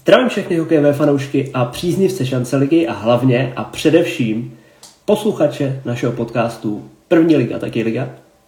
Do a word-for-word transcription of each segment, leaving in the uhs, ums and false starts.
Zdravím všechny hokejové fanoušky a příznivce šanceligy a hlavně a především posluchače našeho podcastu První liga, taky liga.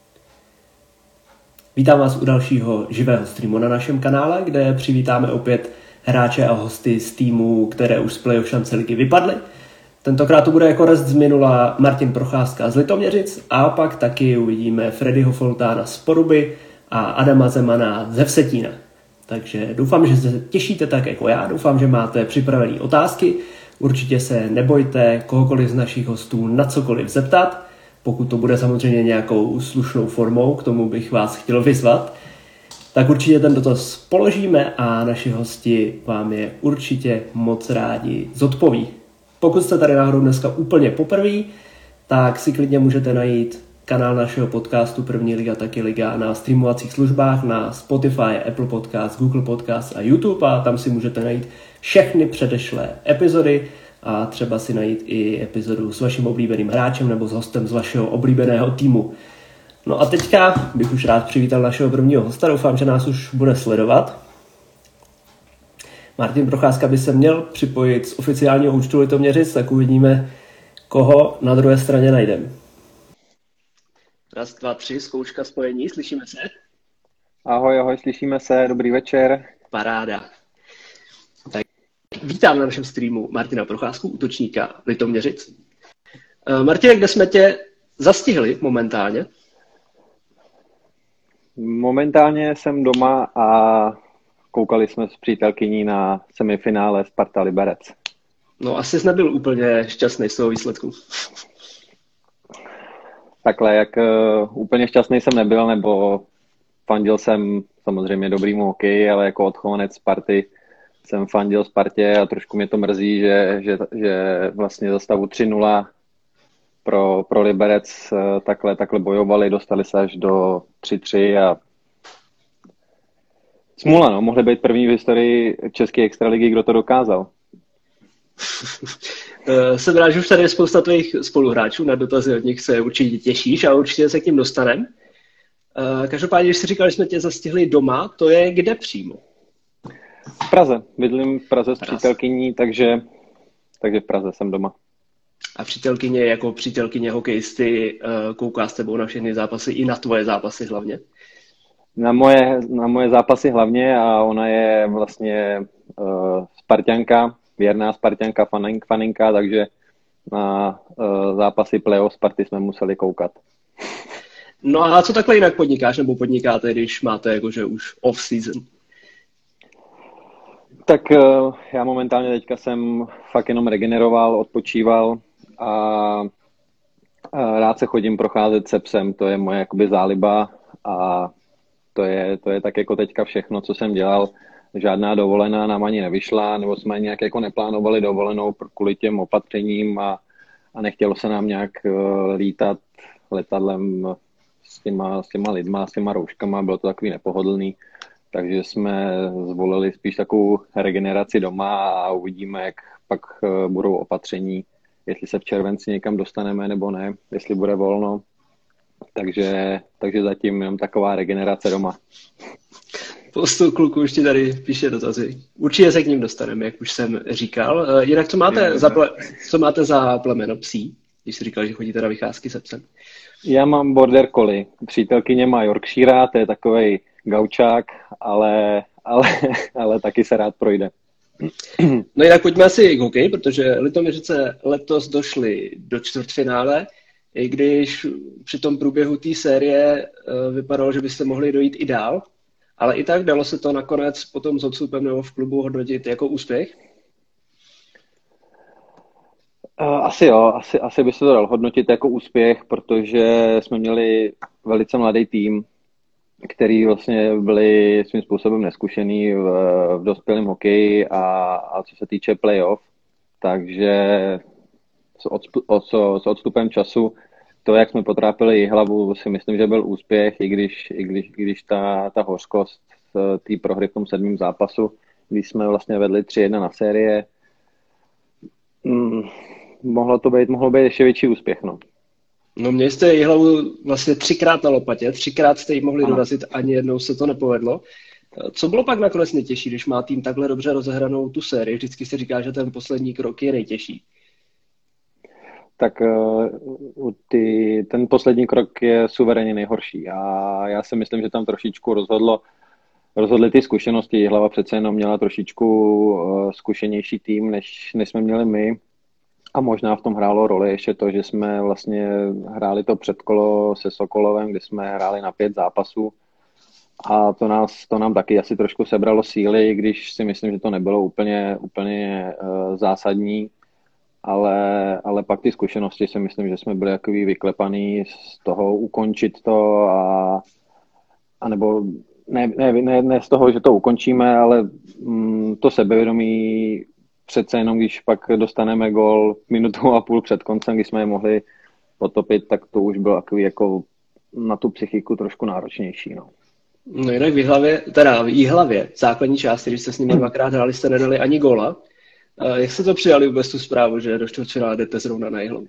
Vítám vás u dalšího živého streamu na našem kanále, kde přivítáme opět hráče a hosty z týmů, které už z playoff šanceligy vypadly. Tentokrát to bude jako rest z minula Martin Procházka z Litoměřic a pak taky uvidíme Freddyho Foltána z Poruby a Adama Zemana ze Vsetína. Takže doufám, že se těšíte tak jako já, doufám, že máte připravené otázky. Určitě se nebojte kohokoliv z našich hostů na cokoliv zeptat, pokud to bude samozřejmě nějakou slušnou formou, k tomu bych vás chtěl vyzvat. Tak určitě ten dotaz položíme a naši hosti vám je určitě moc rádi zodpoví. Pokud jste tady náhodou dneska úplně poprvé, tak si klidně můžete najít kanál našeho podcastu První liga, taky liga na streamovacích službách na Spotify, Apple Podcast, Google Podcast a YouTube a tam si můžete najít všechny předešlé epizody a třeba si najít i epizodu s vaším oblíbeným hráčem nebo s hostem z vašeho oblíbeného týmu. No a teďka bych už rád přivítal našeho prvního hosta, doufám, že nás už bude sledovat. Martin Procházka by se měl připojit z oficiálního účtu Litoměřic, tak uvidíme, koho na druhé straně najdeme. Raz, dva, tři, zkouška spojení, slyšíme se? Ahoj, ahoj, slyšíme se, dobrý večer. Paráda. Tak, vítám na našem streamu Martina Procházku, útočníka Litoměřic. Martine, kde jsme tě zastihli momentálně? Momentálně jsem doma a koukali jsme s přítelkyní na semifinále Sparta Liberec. No asi jsi nebyl úplně šťastný z toho výsledku. Takhle, jak uh, úplně šťastný jsem nebyl, nebo fandil jsem samozřejmě dobrýmu hokeji, ale jako odchovanec Sparty jsem fandil Spartě a trošku mě to mrzí, že, že, že vlastně za stavu tři nula pro, pro Liberec uh, takhle, takhle bojovali, dostali se až do tři tři a smůla, no, mohli být první v historii české extraligy, kdo to dokázal. Jsem rád, že už tady je spousta tvých spoluhráčů, na dotazy od nich se určitě těšíš a určitě se k ním dostaneme. Každopádně, když jsi říkal, že jsme tě zastihli doma, to je kde přímo? V Praze. Bydlím v Praze s přítelkyní, takže, takže v Praze jsem doma. A přítelkyně jako přítelkyně hokejisty kouká s tebou na všechny zápasy i na tvoje zápasy hlavně? Na moje, na moje zápasy hlavně a ona je vlastně uh, Sparťanka, věrná Sparťanka, fanink, faninka, takže na uh, zápasy playoff Sparty jsme museli koukat. No a co takhle jinak podnikáš, nebo podnikáte, když máte jakože už off-season? Tak uh, já momentálně teďka jsem fakt jenom regeneroval, odpočíval a, a rád se chodím procházet se psem, to je moje jakoby záliba a to je, to je tak jako teďka všechno, co jsem dělal. Žádná dovolená nám ani nevyšla, nebo jsme nějak jako neplánovali dovolenou kvůli těm opatřením a, a nechtělo se nám nějak uh, lítat letadlem s těma, s těma lidma, s těma rouškama, bylo to takový nepohodlný, takže jsme zvolili spíš takovou regeneraci doma a uvidíme, jak pak uh, budou opatření, jestli se v červenci někam dostaneme nebo ne, jestli bude volno. Takže, takže zatím jenom taková regenerace doma. Spoustu kluků už ti tady píše dotazy. Určitě se k ním dostaneme, jak už jsem říkal. Jinak co máte, za, ple, co máte za plemeno psí, když jsi říkal, že chodíte na vycházky se psem? Já mám border collie. Přítelkyně má Yorkshire, to je takovej gaučák, ale, ale, ale taky se rád projde. No jinak pojďme asi k hokeji, protože Litoměřice letos došli do čtvrtfinále, i když při tom průběhu té série vypadalo, že byste mohli dojít i dál, ale i tak dalo se to nakonec potom s odstupem nebo v klubu hodnotit jako úspěch? Asi jo, asi, asi by se to dalo hodnotit jako úspěch, protože jsme měli velice mladý tým, který vlastně byli svým způsobem neskušený v, v dospělém hokeji a, a co se týče playoff, takže s, odsp, o, s odstupem času to, jak jsme potrápili hlavu, si myslím, že byl úspěch, i když, i když, když ta, ta hořkost té prohry v tom sedmém zápasu, když jsme vlastně vedli tři jedna na série, mm, mohlo to být, mohlo být ještě větší úspěch. No, no měli jste hlavu vlastně třikrát na lopatě, třikrát jste ji mohli dorazit, ani jednou se to nepovedlo. Co bylo pak nakonec nejtěžší, když má tým takhle dobře rozehranou tu sérii? Vždycky se říká, že ten poslední krok je nejtěžší. Tak uh, ty, ten poslední krok je suverénně nejhorší a já si myslím, že tam trošičku rozhodlo, rozhodly ty zkušenosti. Hlava přece jenom měla trošičku uh, zkušenější tým, než, než jsme měli my a možná v tom hrálo roli ještě to, že jsme vlastně hráli to předkolo se Sokolovem, kde jsme hráli na pět zápasů a to, nás, to nám taky asi trošku sebralo síly, když si myslím, že to nebylo úplně, úplně uh, zásadní. Ale, ale pak ty zkušenosti si myslím, že jsme byli takový vyklepaný z toho ukončit to a, a nebo ne, ne, ne, ne z toho, že to ukončíme, ale mm, to sebevědomí přece jenom, když pak dostaneme gól minutu a půl před koncem, když jsme je mohli potopit, tak to už bylo takový jako na tu psychiku trošku náročnější. No. No jinak v Jihlavě, teda v Jihlavě, v základní části, když jste s nimi dvakrát hráli, jste nedali ani góla. Jak jste to přijali vůbec tu zprávu, že do čtvrtfinále jdete zrovna na Jihlavu?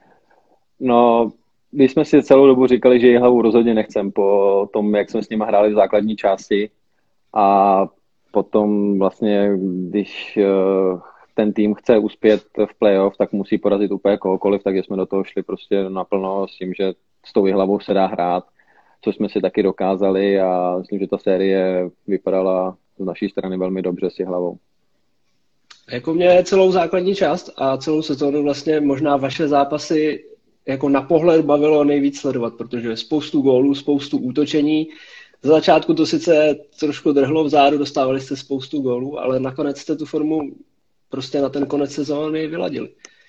No, když jsme si celou dobu říkali, že Jihlavu rozhodně nechcem po tom, jak jsme s nimi hráli v základní části a potom vlastně, když ten tým chce uspět v playoff, tak musí porazit úplně kohokoliv, takže jsme do toho šli prostě naplno s tím, že s tou Jihlavou se dá hrát, což jsme si taky dokázali a myslím, že ta série vypadala z naší strany velmi dobře s Jihlavou. Jako mě celou základní část a celou sezónu vlastně možná vaše zápasy jako na pohled bavilo nejvíc sledovat, protože spoustu gólů, spoustu útočení. Za začátku to sice trošku drhlo vzadu, dostávali jste spoustu gólů, ale nakonec jste tu formu prostě na ten konec sezóny vyladili.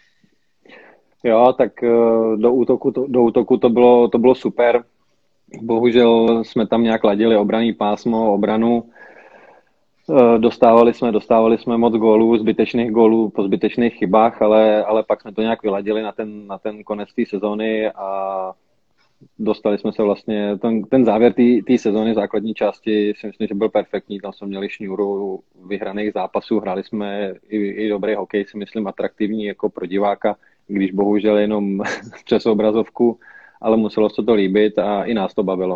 Jo, tak do útoku to, do útoku to bylo, to bylo super. Bohužel jsme tam nějak ladili obranný pásmo, obranu. Dostávali jsme, dostávali jsme moc gólů, zbytečných gólů po zbytečných chybách, ale, ale pak jsme to nějak vyladili na ten, na ten konec té sezóny a dostali jsme se vlastně, ten, ten závěr té sezóny základní části si myslím, že byl perfektní, tam jsme měli šňůru vyhraných zápasů, hráli jsme i, i dobrý hokej, si myslím, atraktivní jako pro diváka, když bohužel jenom přes obrazovku, ale muselo se to líbit a i nás to bavilo.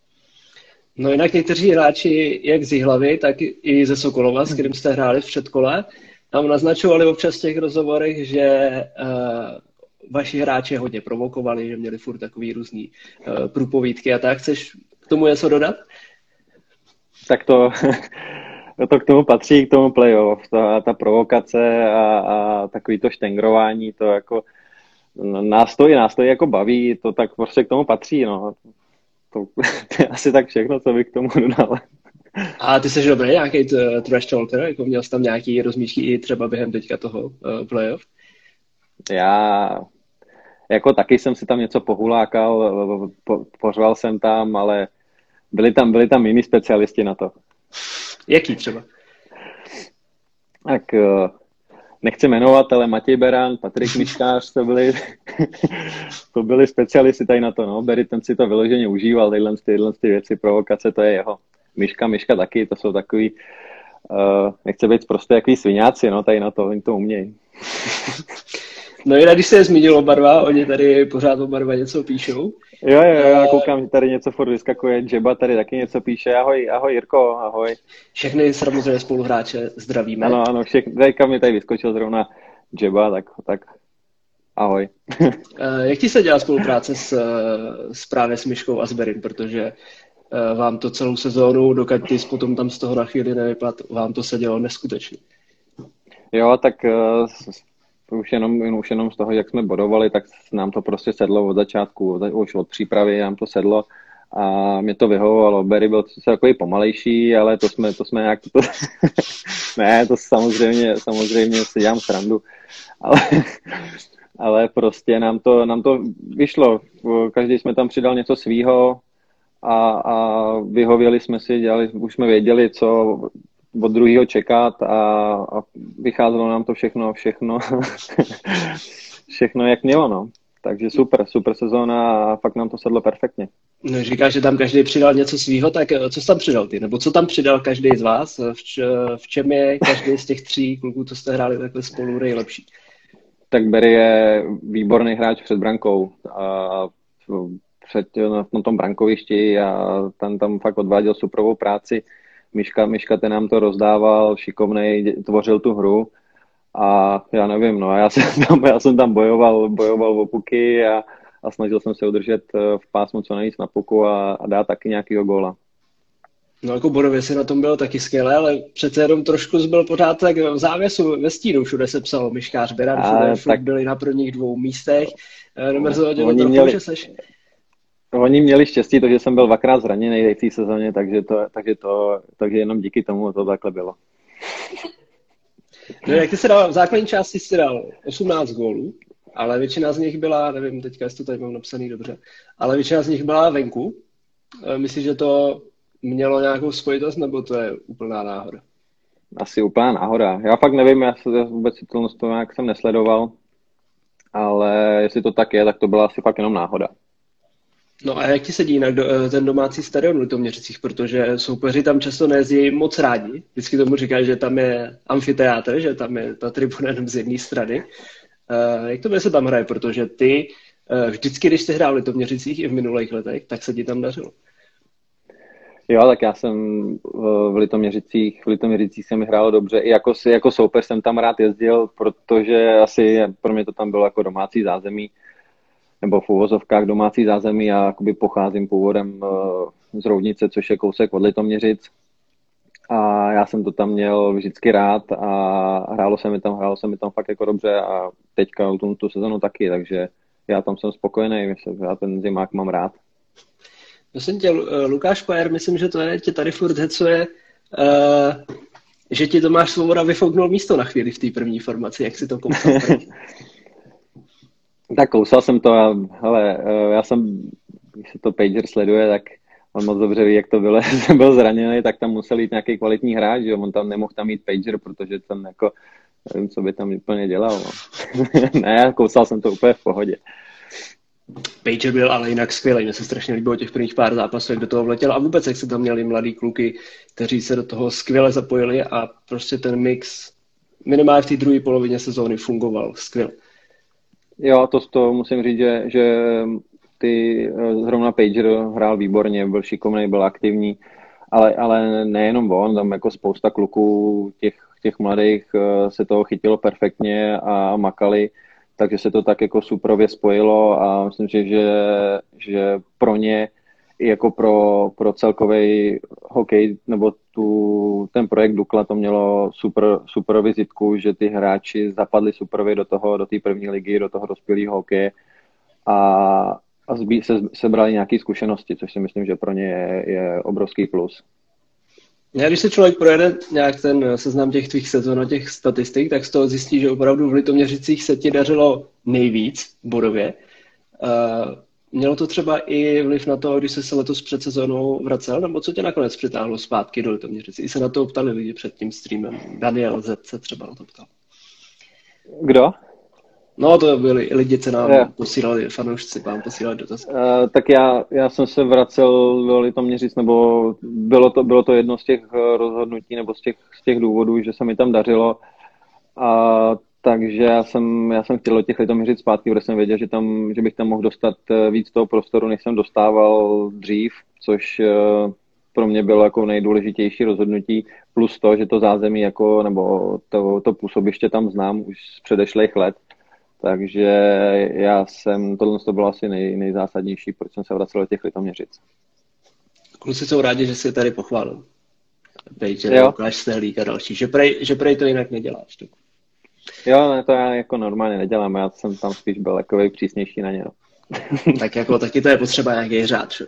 No jinak někteří hráči, jak z Jihlavy, tak i ze Sokolova, s kterým jste hráli v předkole, nám naznačovali občas v těch rozhovorech, že uh, vaši hráči hodně provokovali, že měli furt takový různý uh, průpovídky a tak. Chceš k tomu něco dodat? Tak to, to k tomu patří, k tomu playoff. Ta, ta provokace a, a takový to štengrování, to jako nás to, nás to jako baví, to tak prostě k tomu patří, no. To, to je asi tak všechno, co bych k tomu dodal. A ty jsi dobrý nějaký trash talker? Jako měl jsi tam nějaký rozmíšky i třeba během teďka toho uh, playoff? Já jako taky jsem si tam něco pohulákal, po, pořval jsem tam, ale byli tam, byli tam jiní specialisti na to. Jaký třeba? Tak nechci jmenovat, ale Matěj Beran, Patrik Miškář, to byli, to byli specialisti tady na to. No. Bery, ten si to vyloženě užíval, tyhle, tyhle ty věci, provokace, to je jeho. Miška, Miška taky, to jsou takový, uh, nechce být prostě jaký sviňáci, no, tady na to, oni to umějí. No jinak, když se je zmínil oba dva, oni tady pořád oba dva něco píšou. Jo, jo, jo, já koukám, že tady něco furt vyskakuje, Džeba tady taky něco píše, ahoj, ahoj Jirko, ahoj. Všechny samozřejmě spoluhráče zdravíme. Ano, ano, všechny, teďka mi tady vyskočil zrovna Džeba, tak, tak ahoj. Jak ti se dělá spolupráce s, s právě s Miškou a s Berim, protože vám to celou sezónu, dokud ty potom tam z toho na chvíli nevypad, vám to se dělo neskutečně. Jo, tak už jenom, už jenom z toho, jak jsme bodovali, tak nám to prostě sedlo od začátku, už od přípravy nám to sedlo a mě to vyhovovalo. Barry byl takový pomalejší, ale to jsme, to jsme nějak... To... ne, to samozřejmě, samozřejmě si dělám srandu, ale, ale prostě nám to, nám to vyšlo. Každý jsme tam přidal něco svýho a, a vyhověli jsme si, dělali, už jsme věděli, co od druhého čekat a, a vycházelo nám to všechno, všechno, všechno jak mělo, no. Takže super, super sezóna a fakt nám to sedlo perfektně. No, říkáš, že tam každý přidal něco svýho, tak co jsi tam přidal ty? Nebo co tam přidal každý z vás? V, č, v čem je každý z těch tří kluků, co jste hráli takhle spolu, nejlepší? Tak Barry je výborný hráč před brankou a před, na tom brankovišti a tam, tam fakt odváděl superovou práci. Miška, Miška ten nám to rozdával, šikovnej, tvořil tu hru a já nevím, no já jsem tam, já jsem tam bojoval, bojoval o puky a, a snažil jsem se udržet v pásmu co nejvíc na puku a, a dát taky nějakýho góla. No jako bodově si na tom bylo taky skvělé, ale přece jenom trošku zbyl pořád tak v závěsu ve stínu, všude se psalo Miškář Beran, všude furt tak... byli na prvních dvou místech. Nemrzelo tě to trochu, měli... že seš... Oni měli štěstí, to, že jsem byl dvakrát zraněný v té sezóně, takže, to, takže, to, takže jenom díky tomu to takhle bylo. No, jak ty jsi dal, v základní části jsi dal osmnáct gólů, ale většina z nich byla, nevím, teďka jestli to tady mám napsaný dobře, ale většina z nich byla venku. Myslíš, že to mělo nějakou spojitost, nebo to je úplná náhoda? Asi úplná náhoda. Já fakt nevím, já se vůbec to nějak jsem nesledoval, ale jestli to tak je, tak to byla asi fakt jenom náhoda. No a jak ti sedí jinak do, ten domácí stadion v Litoměřicích, protože soupeři tam často nejezdí moc rádi. Vždycky tomu říkají, že tam je amfiteátr, že tam je ta tribuna jenom z jedné strany. Uh, jak to se tam hraje, protože ty uh, vždycky, když jsi hrál v Litoměřicích i v minulých letech, tak se ti tam dařilo. Jo, tak já jsem v Litoměřicích, v Litoměřicích jsem hrál dobře. I jako, jako soupeř jsem tam rád jezdil, protože asi pro mě to tam bylo jako domácí zázemí, nebo v uvozovkách domácí zázemí. Já jakoby pocházím původem z Roudnice, což je kousek od Litoměřic. A já jsem to tam měl vždycky rád a hrálo se mi tam, hrálo se mi tam fakt jako dobře a teďka tu, tu sezonu taky, takže já tam jsem spokojený, myslím, já ten zimák mám rád. Myslím tě, Lukáš Pajer, myslím, že to je, tě tady furt hecuje, uh, že ti Tomáš Svoboda vyfouknul místo na chvíli v té první formaci, jak si to kousal? Tak kousal jsem to, ale já jsem, když se to Pager sleduje, tak on moc dobře ví, jak to bylo, jsem byl zraněný, tak tam musel jít nějaký kvalitní hráč, že on tam nemohl tam mít Pager, protože tam jako, nevím, co by tam úplně dělal. No. Ne, kousal jsem to úplně v pohodě. Pager byl ale jinak skvělý, mně se strašně líbilo těch prvních pár zápasů, jak do toho vletěl a vůbec, jak se tam měli mladí kluky, kteří se do toho skvěle zapojili a prostě ten mix minimálně v té druhé polovině sezóny fungoval skvěle. Jo, to, to musím říct, že, že ty zrovna Pager hrál výborně, byl šikovný, byl aktivní, ale, ale nejenom on, tam jako spousta kluků těch, těch mladých se toho chytilo perfektně a makali, takže se to tak jako suprově spojilo a myslím, že, že, že pro ně i jako pro, pro celkový hokej nebo tu, ten projekt Dukla to mělo super, super vizitku, že ty hráči zapadli superově do toho, do té první ligy, do toho dospělého hokeje a, a zbí, se, sebrali nějaké zkušenosti, což si myslím, že pro ně je, je obrovský plus. Já, když se člověk projede nějak ten seznam těch tvých sezon a těch statistik, tak z toho zjistí, že opravdu v Litoměřicích se ti dařilo nejvíc bodově. Uh, mělo to třeba i vliv na to, když jsi se letos před sezónou vracel, nebo co tě nakonec přitáhlo zpátky do Litoměřic? I se na to ptali lidi před tím streamem. Daniel Z se třeba na to ptal. Kdo? No, to byli lidi, co nám je. posílali, fanoušci vám posílali dotaz. Uh, tak já, já jsem se vracel do Litoměřic, nebo bylo to, bylo to jedno z těch rozhodnutí, nebo z těch, z těch důvodů, že se mi tam dařilo. A takže já jsem, já jsem chtěl do těch Litoměřic zpátky, protože jsem věděl, že, tam, že bych tam mohl dostat víc toho prostoru, než jsem dostával dřív, což uh, pro mě bylo jako nejdůležitější rozhodnutí, plus to, že to zázemí jako, nebo to, to působiště tam znám už z předešlých let. Takže já jsem, tohle to bylo asi nej, nejzásadnější, proč jsem se vracel do těch Litoměřic. Kluci jsou rádi, že jsi tady pochválil. Pager, Lukáš Stehlík a další, že prej, že prej to jinak neděláš. Tak. Jo, ne, to já jako normálně nedělám, já jsem tam spíš byl takovej přísnější na ně. No. Tak jako taky to je potřeba nějaký řád, že?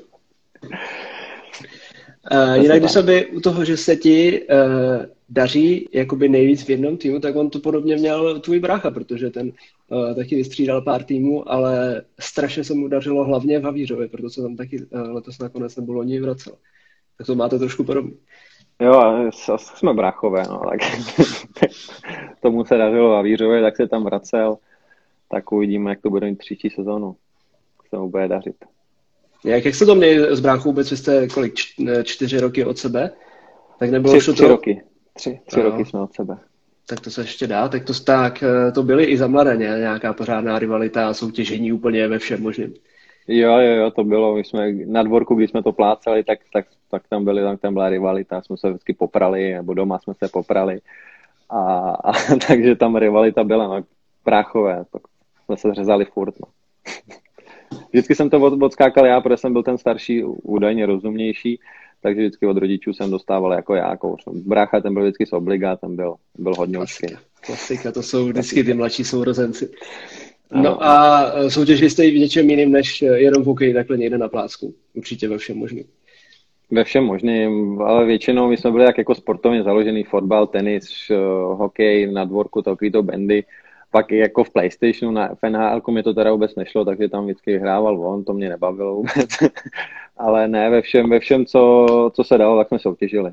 Uh, jinak, když by u toho, že se ti uh, daří jakoby nejvíc v jednom týmu, tak on to podobně měl tvůj brácha, protože ten uh, taky vystřídal pár týmů, ale strašně se mu dařilo hlavně v Havířově, protože se tam taky uh, letos nakonec nebo loni vracel. Tak to máte trošku podobně. Jo, jsme bráchové, no, tak tomu se dařilo v Havířově, tak se tam vracel, tak uvidíme, jak to bude mít příští sezónu, jak se mu bude dařit. Jak, jak se to měli s bráchou vůbec? Vy jste kolik, čtyři roky od sebe? Tak nebylo tři, tři to... roky. Tři, tři roky jsme od sebe. Tak to se ještě dá. Tak to, tak to byly i za mladé, nějaká pořádná rivalita a soutěžení úplně ve všem možným. Jo, jo, jo, to bylo, my jsme na dvorku, když jsme to plácali, tak, tak, tak tam, byli, tam, tam byla rivalita, jsme se vždycky poprali, nebo doma jsme se poprali. A, a takže tam rivalita byla, no, práchové, tak jsme se řezali furt, no. Vždycky jsem to od, odskákal já, protože jsem byl ten starší, údajně rozumnější, takže vždycky od rodičů jsem dostával jako já, jako brácha, ten byl vždycky z obliga, ten byl, byl hodně Klasika, učky. klasika, to jsou vždycky ty mladší sourozenci. No a soutěžili jste i v něčem jiným, než jenom v hokeji, takhle někde na plácku. Určitě ve všem možným. Ve všem možným, ale většinou my jsme byli jak jako sportovně založený, fotbal, tenis, hokej, na dvorku, takovýto bandy. Pak i jako v PlayStationu, na F N H L mi to teda vůbec nešlo, takže tam vždycky hrával on, to mě nebavilo vůbec. Ale ne, ve všem, ve všem co, co se dalo, tak jsme soutěžili.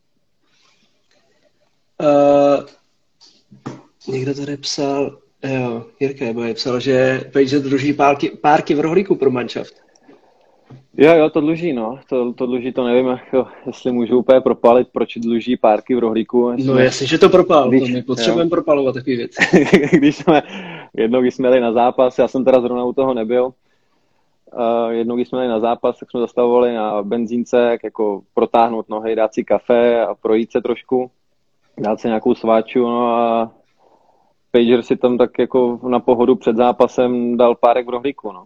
Uh, někdo tady psal, jo, Jirka je psal, že Pejže druží párky, párky v rohlíku pro manšaft. Jo, jo, to dluží, no. To, to dluží, to nevím, jako, jestli můžu úplně propalit, proč dluží párky v rohlíku. No jasně, že to propal, když, to my potřebujeme propalovat takový věc. Když jsme, jednou, když jsme jeli na zápas, já jsem teda zrovna u toho nebyl, uh, jednou, když jsme jeli na zápas, tak jsme zastavovali na benzínce, jako protáhnout nohy, dát si kafe a projít se trošku, dát si nějakou sváču, no a Pager si tam tak jako na pohodu před zápasem dal párek v rohlíku, no.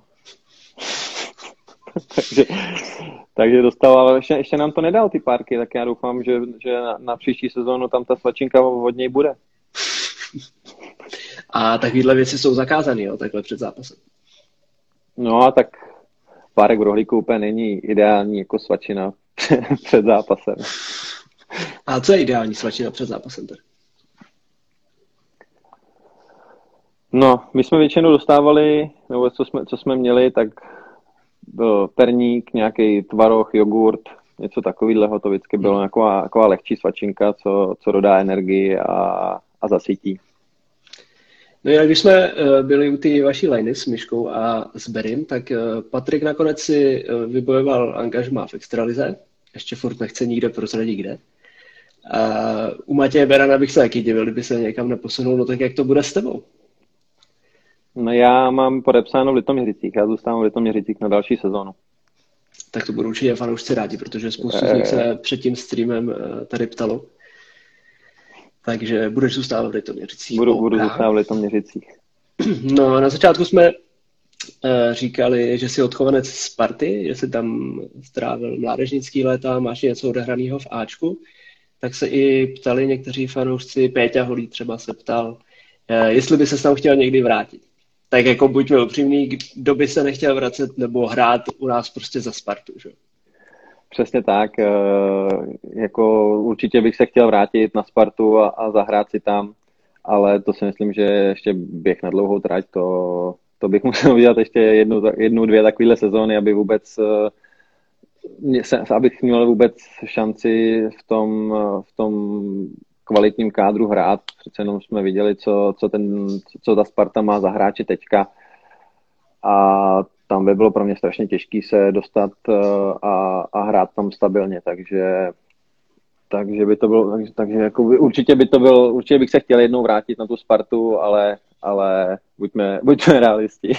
takže, takže dostával, ještě, ještě nám to nedal ty párky, tak já doufám, že, že na, na příští sezónu tam ta svačinka od něj bude. A takovéhle věci jsou zakázané, jo, takhle před zápasem. No a tak párek v rohlíku úplně není ideální jako svačina před zápasem. A co je ideální svačina před zápasem tady? No, my jsme většinou dostávali, nebo co jsme, co jsme měli, tak byl perník, nějaký tvaroh, jogurt, něco takového, to vždycky bylo taková, taková lehčí svačinka, co, co dodá energii a, a zasytí. No jak když jsme byli u té vaší liny s Myškou a s Berim, tak Patrik nakonec si vybojoval angažmá v extralize, ještě furt nechce nikde prozradit kde. A u Matěje Berana bych se taky divil, kdyby se někam neposunul, no tak jak to bude s tebou? No já mám podepsáno v Litoměřicích, já zůstávám v Litoměřicích na další sezónu. Tak to budou určitě fanoušci rádi, protože spoustu z nich se před tím streamem tady ptalo. Takže budeš zůstávat v Litoměřicích. Budu, budu zůstávat v Litoměřicích. No, na začátku jsme uh, říkali, že jsi odchovanec Sparty, že jsi tam strávil mládežnický léta, máš něco odehraného v Ačku, tak se i ptali někteří fanoušci, Péťa Holý třeba se ptal, uh, jestli by se tam chtěl někdy vrátit. Tak jako buďme upřímný, kdo by se nechtěl vracet nebo hrát u nás prostě za Spartu, že? Přesně tak, jako určitě bych se chtěl vrátit na Spartu a, a zahrát si tam, ale to si myslím, že ještě běh na dlouhou trať, to, to bych musel udělat ještě jednu, jednu dvě takovéhle sezóny, aby vůbec, abych měl vůbec šanci v tom, v tom kvalitním kádru hrát. Přece jenom jsme viděli, co, co, ten, co ta Sparta má za hráče teďka a tam by bylo pro mě strašně těžké se dostat a, a hrát tam stabilně, takže, takže by to bylo, takže, takže jako by, určitě by to byl, určitě bych se chtěl jednou vrátit na tu Spartu, ale, ale buďme, buďme realisti.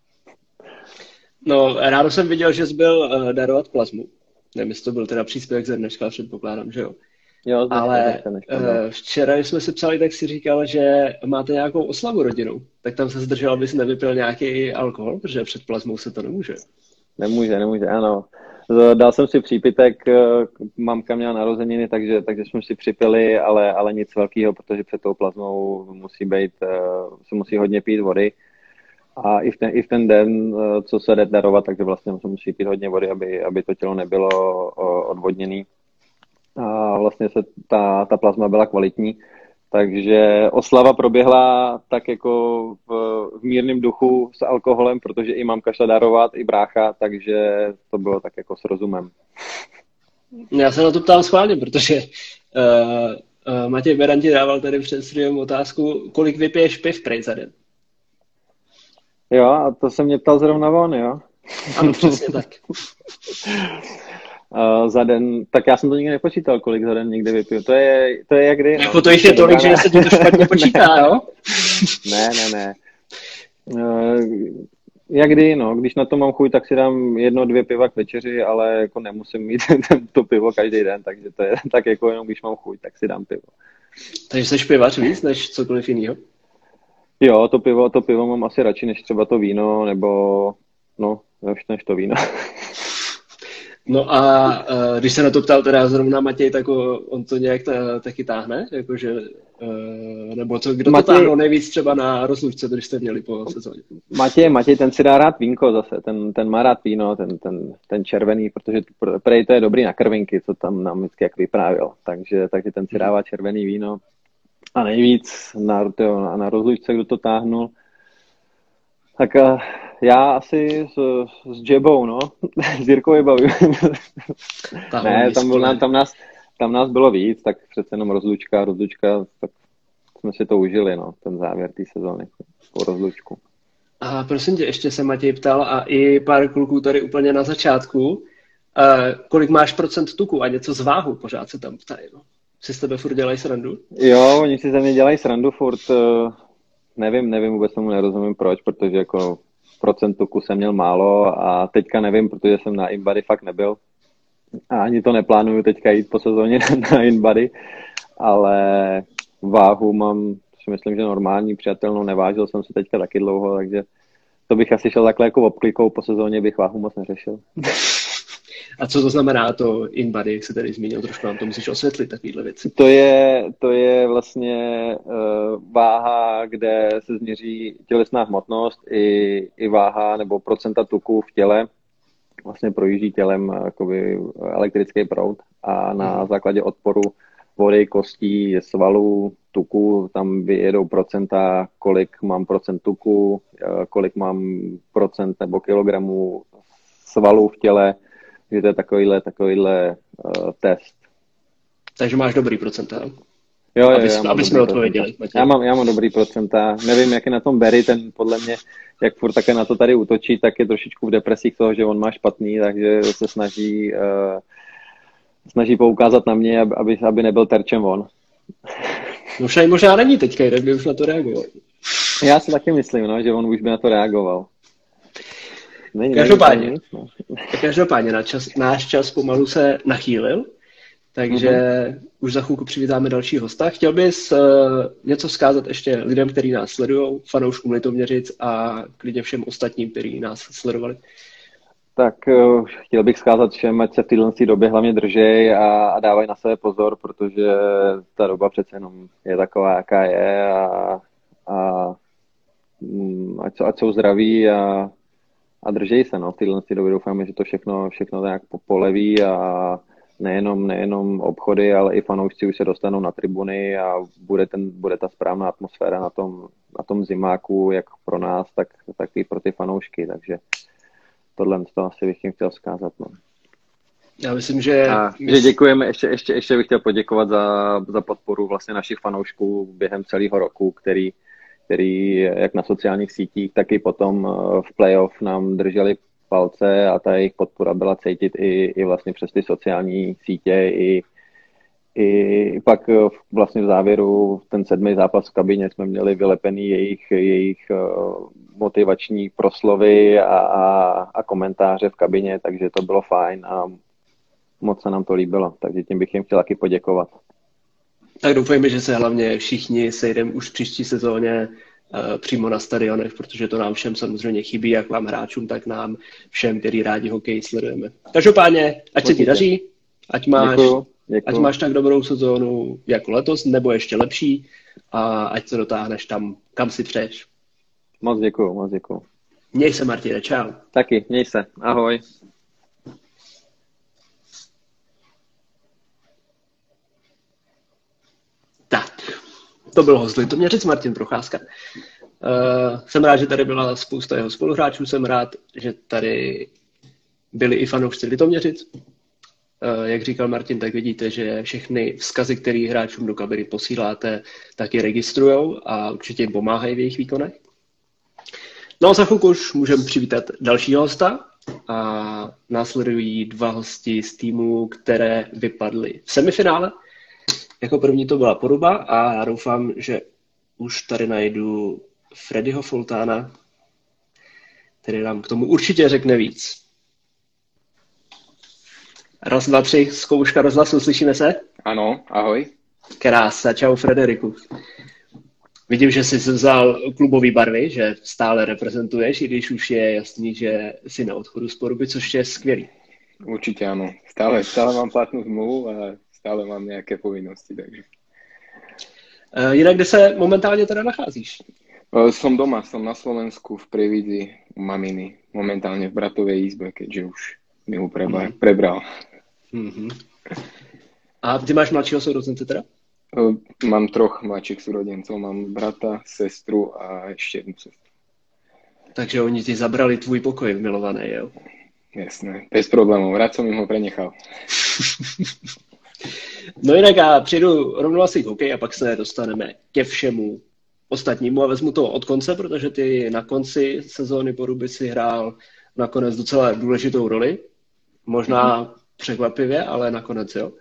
No, ráno jsem viděl, že jsi byl uh, darovat plazmu. Nevím, jestli to byl teda příspěvek ze dneška, předpokládám, že jo. Jo, ale dneška, dneška, uh, včera, když jsme si psali, tak si říkal, že máte nějakou oslavu rodinou. Tak tam se zdržel, abys nevypil nějaký alkohol, protože před plazmou se to nemůže. Nemůže, nemůže, ano. Dal jsem si přípitek, mamka měla narozeniny, takže, takže jsme si připili, ale, ale nic velkého, protože před tou plazmou musí být, se musí hodně pít vody. A i v ten, i v ten den, co se jde darovat, takže vlastně se musí pít hodně vody, aby, aby to tělo nebylo odvodněné. A vlastně se ta, ta plazma byla kvalitní, takže oslava proběhla tak jako v, v mírném duchu s alkoholem, protože i mamka šla darovat, i brácha, takže to bylo tak jako s rozumem. Já se na to ptám schválně, protože uh, uh, Matěj Beran ti dával tady před streamem otázku, kolik vypiješ piv prej za den? Jo, a to se mě ptal zrovna on, jo? Ano, přesně tak. Uh, za den, tak já jsem to nikdy nepočítal, kolik za den někdy vypiju. To je, to je jak kdy. Jako to jich je tolik, že se ti to špatně počítá, jo? Ne, ne, ne. Uh, Jak kdy, no, když na to mám chuť, tak si dám jedno, dvě piva k večeři, ale jako nemusím mít to pivo každý den, takže to je tak jako jenom, když mám chuť, tak si dám pivo. Takže jsi pivař víc než cokoliv jiného? Jo, to pivo, to pivo mám asi radši než třeba to víno, nebo no, už než to víno. No a uh, když se na to ptal teda zrovna Matěj, tak o, on to nějak ta, taky táhne? Jakože, uh, nebo co, kdo Matěj, to táhnul nejvíc třeba na rozlučce, když jste měli po sezóně? Matěj, Matěj, ten si dá rád vínko zase, ten, ten má rád víno, ten, ten, ten červený, protože prej to je dobrý na krvinky, co tam nám vždycky jak vyprávěl, takže, takže ten si dává červený víno. A nejvíc na, tyjo, na, na rozlučce, kdo to táhnul, tak uh, já asi s, s Džebou, no, s Jirkou je bavím. Ne, tam, byl, tam, nás, tam nás bylo víc, tak přece jenom rozlučka, rozlučka, tak jsme si to užili, no, ten závěr té sezóny, po rozlučku. A prosím tě, ještě se Matěj ptal a i pár kluků tady úplně na začátku, uh, kolik máš procent tuku a něco z váhu, pořád se tam ptají, no. Si s tebe furt dělají srandu? Jo, oni si ze mě dělají srandu furt, uh, nevím, nevím, vůbec tomu nerozumím proč, protože jako procent tuku jsem měl málo a teďka nevím, protože jsem na InBody fakt nebyl a ani to neplánuju teďka jít po sezóně na InBody, ale váhu mám, si myslím, že normální, přijatelnou, nevážil jsem se teďka taky dlouho, takže to bych asi šel takhle jako obklikou, po sezóně bych váhu moc neřešil. A co to znamená to InBody, jak se tady zmínil, trošku nám to musíš osvětlit, takovýhle věci. To je, to je vlastně uh, váha, kde se změří tělesná hmotnost i, i váha nebo procenta tuku v těle. Vlastně projíždí tělem jakoby elektrický proud a na základě odporu vody, kostí, svalů, tuku, tam vyjedou procenta, kolik mám procent tuku, kolik mám procent nebo kilogramů svalů v těle, že to je takovýhle, takovýhle uh, test. Takže máš dobrý procenta, jo? Jo, aby, jo, aby jsme odpověděli. Já mám, já mám dobrý procenta. Nevím, jak je na tom Barry, ten podle mě, jak furt také na to tady útočí, tak je trošičku v depresích toho, že on má špatný, takže se snaží, uh, snaží poukázat na mě, aby, aby nebyl terčem on. No však možná není teďka, jak by už na to reagoval. Já si taky myslím, no, že on už by na to reagoval. Není, každopádně, není no. každopádně náš čas, náš čas pomalu se nachýlil, takže mm-hmm. už za chvilku přivítáme další hosta. Chtěl bys uh, něco vzkázat ještě lidem, kteří nás sledují, fanouškům Litoměřic a klidně všem ostatním, kteří nás sledovali? Tak uh, chtěl bych vzkázat všem, ať se v téhle době hlavně držej a, a dávají na sebe pozor, protože ta doba přece jenom je taková, jaká je a, a um, ať, ať jsou zdraví a A držej se, no, v téhle době doufáme, že to všechno, všechno tak poleví a nejenom, nejenom obchody, ale i fanoušci už se dostanou na tribuny a bude, ten, bude ta správná atmosféra na tom, na tom zimáku, jak pro nás, tak, tak i pro ty fanoušky, takže tohle to asi bych jim chtěl vzkázat, no. Já myslím, že... A, že děkujeme, ještě, ještě, ještě bych chtěl poděkovat za, za podporu vlastně našich fanoušků během celého roku, který který jak na sociálních sítích, tak i potom v playoff nám drželi palce a ta jejich podpora byla cítit i, i vlastně přes ty sociální sítě, i, i pak vlastně v závěru ten sedmý zápas v kabině jsme měli vylepený jejich, jejich motivační proslovy a, a, a komentáře v kabině, takže to bylo fajn a moc se nám to líbilo, takže tím bych jim chtěl taky poděkovat. Tak doufejme, že se hlavně všichni sejdeme už v příští sezóně uh, přímo na stadionech, protože to nám všem samozřejmě chybí, jak vám hráčům, tak nám všem, který rádi hokej sledujeme. Každopádně, ať se ti daří, ať máš, děkuju, děkuju. ať máš tak dobrou sezónu jako letos, nebo ještě lepší a ať se dotáhneš tam, kam si přeješ. Moc děkuju, moc děkuju. Měj se, Martine, čau. Taky, měj se, ahoj. Tak, to byl host Litoměřic Martin Procházka. Uh, jsem rád, že tady byla spousta jeho spoluhráčů, jsem rád, že tady byli i fanoušci Litoměřic. Uh, jak říkal Martin, tak vidíte, že všechny vzkazy, které hráčům do kabiny posíláte, tak je registrujou a určitě jim pomáhají v jejich výkonech. No a za chvilku už můžeme přivítat dalšího hosta a následují dva hosti z týmu, které vypadly v semifinále. Jako první to byla Poruba a já doufám, že už tady najdu Freddyho Foltána. který nám k tomu určitě řekne víc. Raz, dva, tři, zkouška rozhlasu, slyšíme se? Ano, ahoj. Krása, čau Frederiku. Vidím, že jsi vzal klubové barvy, že stále reprezentuješ, i když už je jasný, že jsi na odchodu z Poruby, což je skvělý. Určitě ano. Stále, stále mám platnou zmluvu a stále mám nějaké povinnosti, takže. Uh, jinak, kde se momentálně teda nacházíš? Uh, som doma, som na Slovensku v Prievidzi u maminy. Momentálně v bratovej izbe, keďže už mi ho preba, mm. prebral. Mm-hmm. A ty máš mladšího sourozence teda? Uh, mám troch mladších súrodencov. Mám brata, sestru a ještě jednu sestru. Takže oni ti zabrali tvůj pokoj milovaný, jo? Jasné, bez problémů. Rád som im ho prenechal. No jinak já přijdu rovnou asi k hokej a pak se dostaneme ke všemu ostatnímu a vezmu to od konce, protože ty na konci sezóny Poruby si hrál nakonec docela důležitou roli. Možná mm-hmm. překvapivě, ale nakonec jo.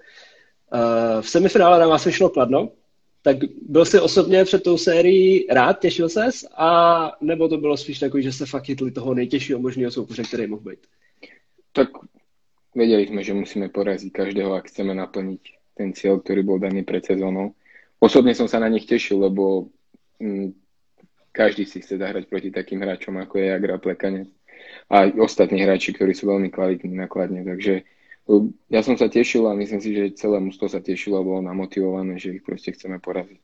V semifinále na vás vyšlo Kladno, tak byl jsi osobně před tou sérií rád, těšil ses, a nebo to bylo spíš takový, že se fakt chytli toho nejtěžšího možného soupeře, který mohl být? Tak vedeli sme, že musíme poraziť každého, ak chceme naplniť ten cieľ, ktorý bol daný pred sezónou. Osobne som sa na nich tešil, lebo hm, každý si chce zahrať proti takým hráčom, ako je Jagra Plekanec a ostatní hráči, ktorí sú veľmi kvalitní nakladne. Takže ja som sa tešil a myslím si, že celé mužstvo sa tešilo a bolo namotivované, že ich proste chceme poraziť.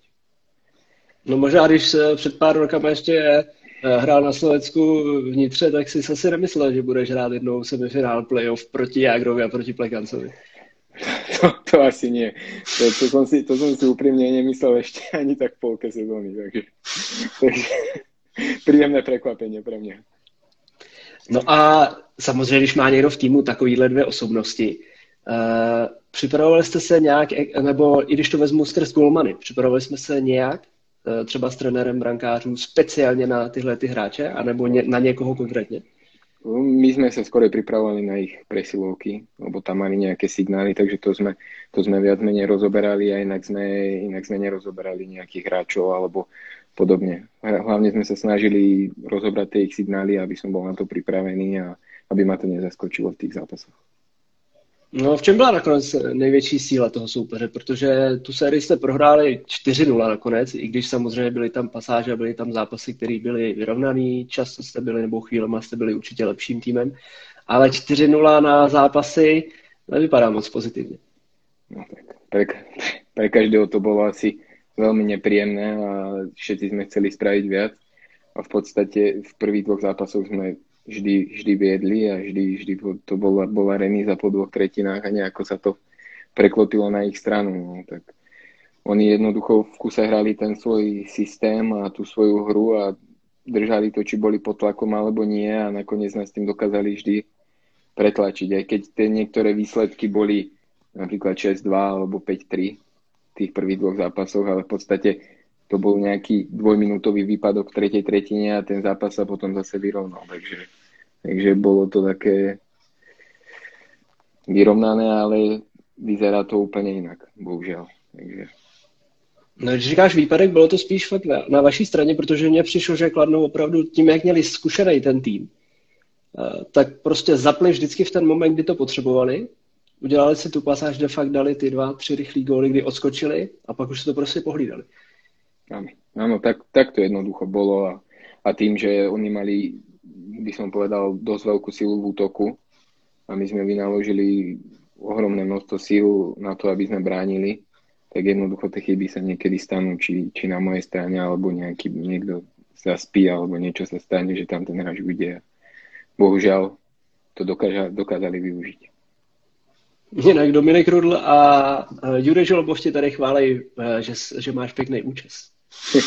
No možná, když se před pár rokama ještě hrál na Slovensku vnitře, tak si asi nemyslel, že budeš hrát jednou semifinál playoff proti Jágrovi a proti Plekancovi. To, to asi nie. To, to, som si, to som si úprimne nemyslel ešte ani tak v polke sezóny. Takže, takže príjemné prekvapenie pre mňa. No a samozřejmě, když má někdo v týmu takovýhle dvě osobnosti, uh, připravovali jste se nějak, nebo i když to vezmu skrz golmany, připravovali jsme se nějak třeba s trenérem brankářů speciálně na tyhle ty hráče, anebo ně, na někoho konkrétně? My sme sa skôr pripravovali na ich presilovky, lebo tam mali nejaké signály, takže to sme, to sme viac menej rozoberali a inak sme, inak sme nerozoberali nejakých hráčov alebo podobne. Hlavne sme sa snažili rozobrať tie ich signály, aby som bol na to pripravený a aby ma to nezaskočilo v tých zápasoch. No v čem byla nakonec největší síla toho soupeře, protože tu sérii jste prohráli čtyři nula nakonec, i když samozřejmě byly tam pasáže a byly tam zápasy, které byly vyrovnaný, často jste byli nebo chvílema jste byli určitě lepším týmem, ale čtyři nula na zápasy nevypadá moc pozitivně. No tak pre, pre každého to bolo asi veľmi nepríjemné a všetci sme chceli spraviť viac a v podstate v prvých dvoch zápasoch sme vždy, vždy viedli a vždy, vždy to bola, bola remíza po dvoch tretinách a nejako sa to preklopilo na ich stranu. No, tak oni jednoducho v kuse hrali ten svoj systém a tú svoju hru a držali to, či boli pod tlakom alebo nie a nakoniec nás tým dokázali vždy pretlačiť. Aj keď tie niektoré výsledky boli napríklad šesť dva alebo päť tri v tých prvých dvoch zápasoch, ale v podstate to bol nejaký dvojminútový výpadok v tretej tretine a ten zápas sa potom zase vyrovnal. Takže, takže bolo to také vyrovnané, ale vyzerá to úplně jinak, bohužel. Takže... No, když říkáš výpadek, bylo to spíš fakt na, na vaší straně, protože mně přišlo, že Kladno opravdu tím, jak měli zkušený ten tým, tak prostě zapli vždycky v ten moment, kdy to potřebovali, udělali si tu pasáž, kde fakt dali ty dva, tři rychlý góly, kdy odskočili a pak už se to prostě pohlídali. Áno, áno tak, tak to jednoducho bolo a, a tým, že oni mali, by som povedal, dosť veľkú silu v útoku a my sme vynaložili ohromné množstvo síl na to, aby sme bránili, tak jednoducho tie chyby sa niekedy stanú, či, či na mojej strane, alebo nejaký, niekto zaspí, alebo niečo sa stane, že tam ten hráč ujde. Bohužiaľ to dokáža, dokázali využiť. Jinak Dominik Rudl a Juraj Žolobov ti tady chválej, že, že máš pekný účes.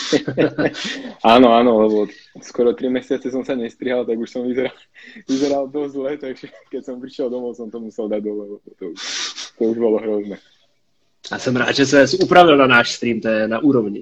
Áno, áno, lebo skoro tri mesiace som sa nestrihal, tak už som vyzeral, vyzeral dosť zle, takže keď som prišiel domov, som to musel dať dole, lebo to, to už bolo hrozné. A jsem rád, že ses upravil na náš stream, to je na úrovni.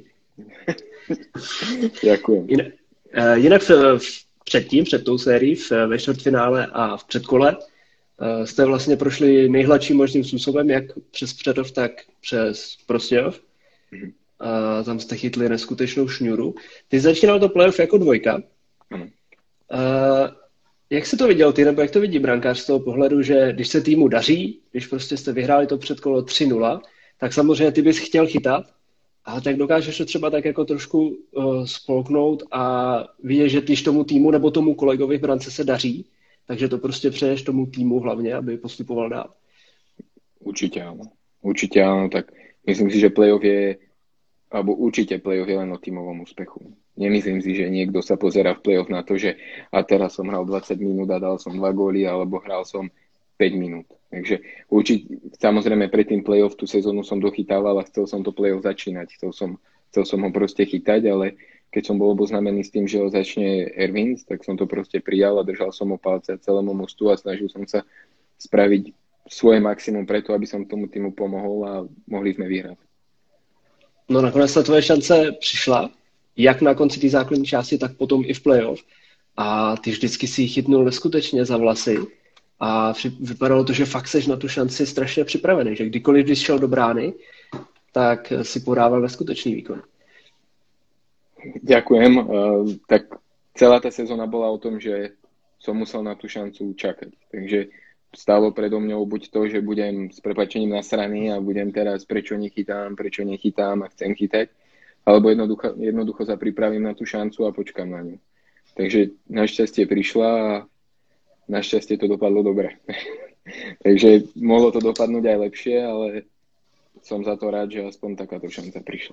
Ďakujem. Jinak, jinak v, v, předtím, před tou sérií, v, ve čtvrtfinále a v předkole jste vlastně prošli nejhladším možným způsobem, jak přes Přerov, tak přes Prostějov. Mm-hmm. A tam jste chytli neskutečnou šňůru. Ty začínal to playoff jako dvojka. Mm. A Jak jsi to viděl ty, nebo jak to vidí brankář z toho pohledu, že když se týmu daří, když prostě jste vyhráli to předkolo tři nula, tak samozřejmě ty bys chtěl chytat, ale tak dokážeš to třeba tak jako trošku uh, spolknout a vidět, že když tomu týmu nebo tomu kolegovi v brance se daří, takže to prostě přeješ tomu týmu hlavně, aby postupoval dál. Určite áno. Určite áno, tak myslím si, že playoff je, alebo určite playoff je len o tímovom úspechu. Nemyslím si, že niekto sa pozerá v playoff na to, že a teraz som hral dvadsať minút a dal som dva góly, alebo hral som päť minút. Takže určite, samozrejme pred tým playoff tú sezónu som dochytával a chcel som to playoff začínať. Chcel som, chcel som ho proste chytať, ale keď som bol oboznámený s tým, že ho začne Ervins, tak som to proste prijal a držal som ho palce celému mostu a snažil som sa spraviť svoje maximum preto, aby som tomu týmu pomohol a mohli sme vyhrať. No nakonec ta tvoje šance přišla, jak na konci té základní části, tak potom i v playoff. A ty vždycky si ji chytnul neskutečně za vlasy a vypadalo to, že fakt seš na tu šanci strašně připravený, že kdykoliv, když šel do brány, tak si podával neskutečný výkon. Ďakujem. Tak celá tá sezóna bola o tom, že som musel na tú šancu čakať. Takže stálo predo mňou buď to, že budem s prepáčením nasraný a budem teraz prečo nechytám, prečo nechytám a chcem chytať, alebo jednoducho, jednoducho sa pripravím na tú šancu a počkám na ňu. Takže našťastie prišla a našťastie to dopadlo dobre. Takže mohlo to dopadnúť aj lepšie, ale som za to rád, že aspoň takáto šanca prišla.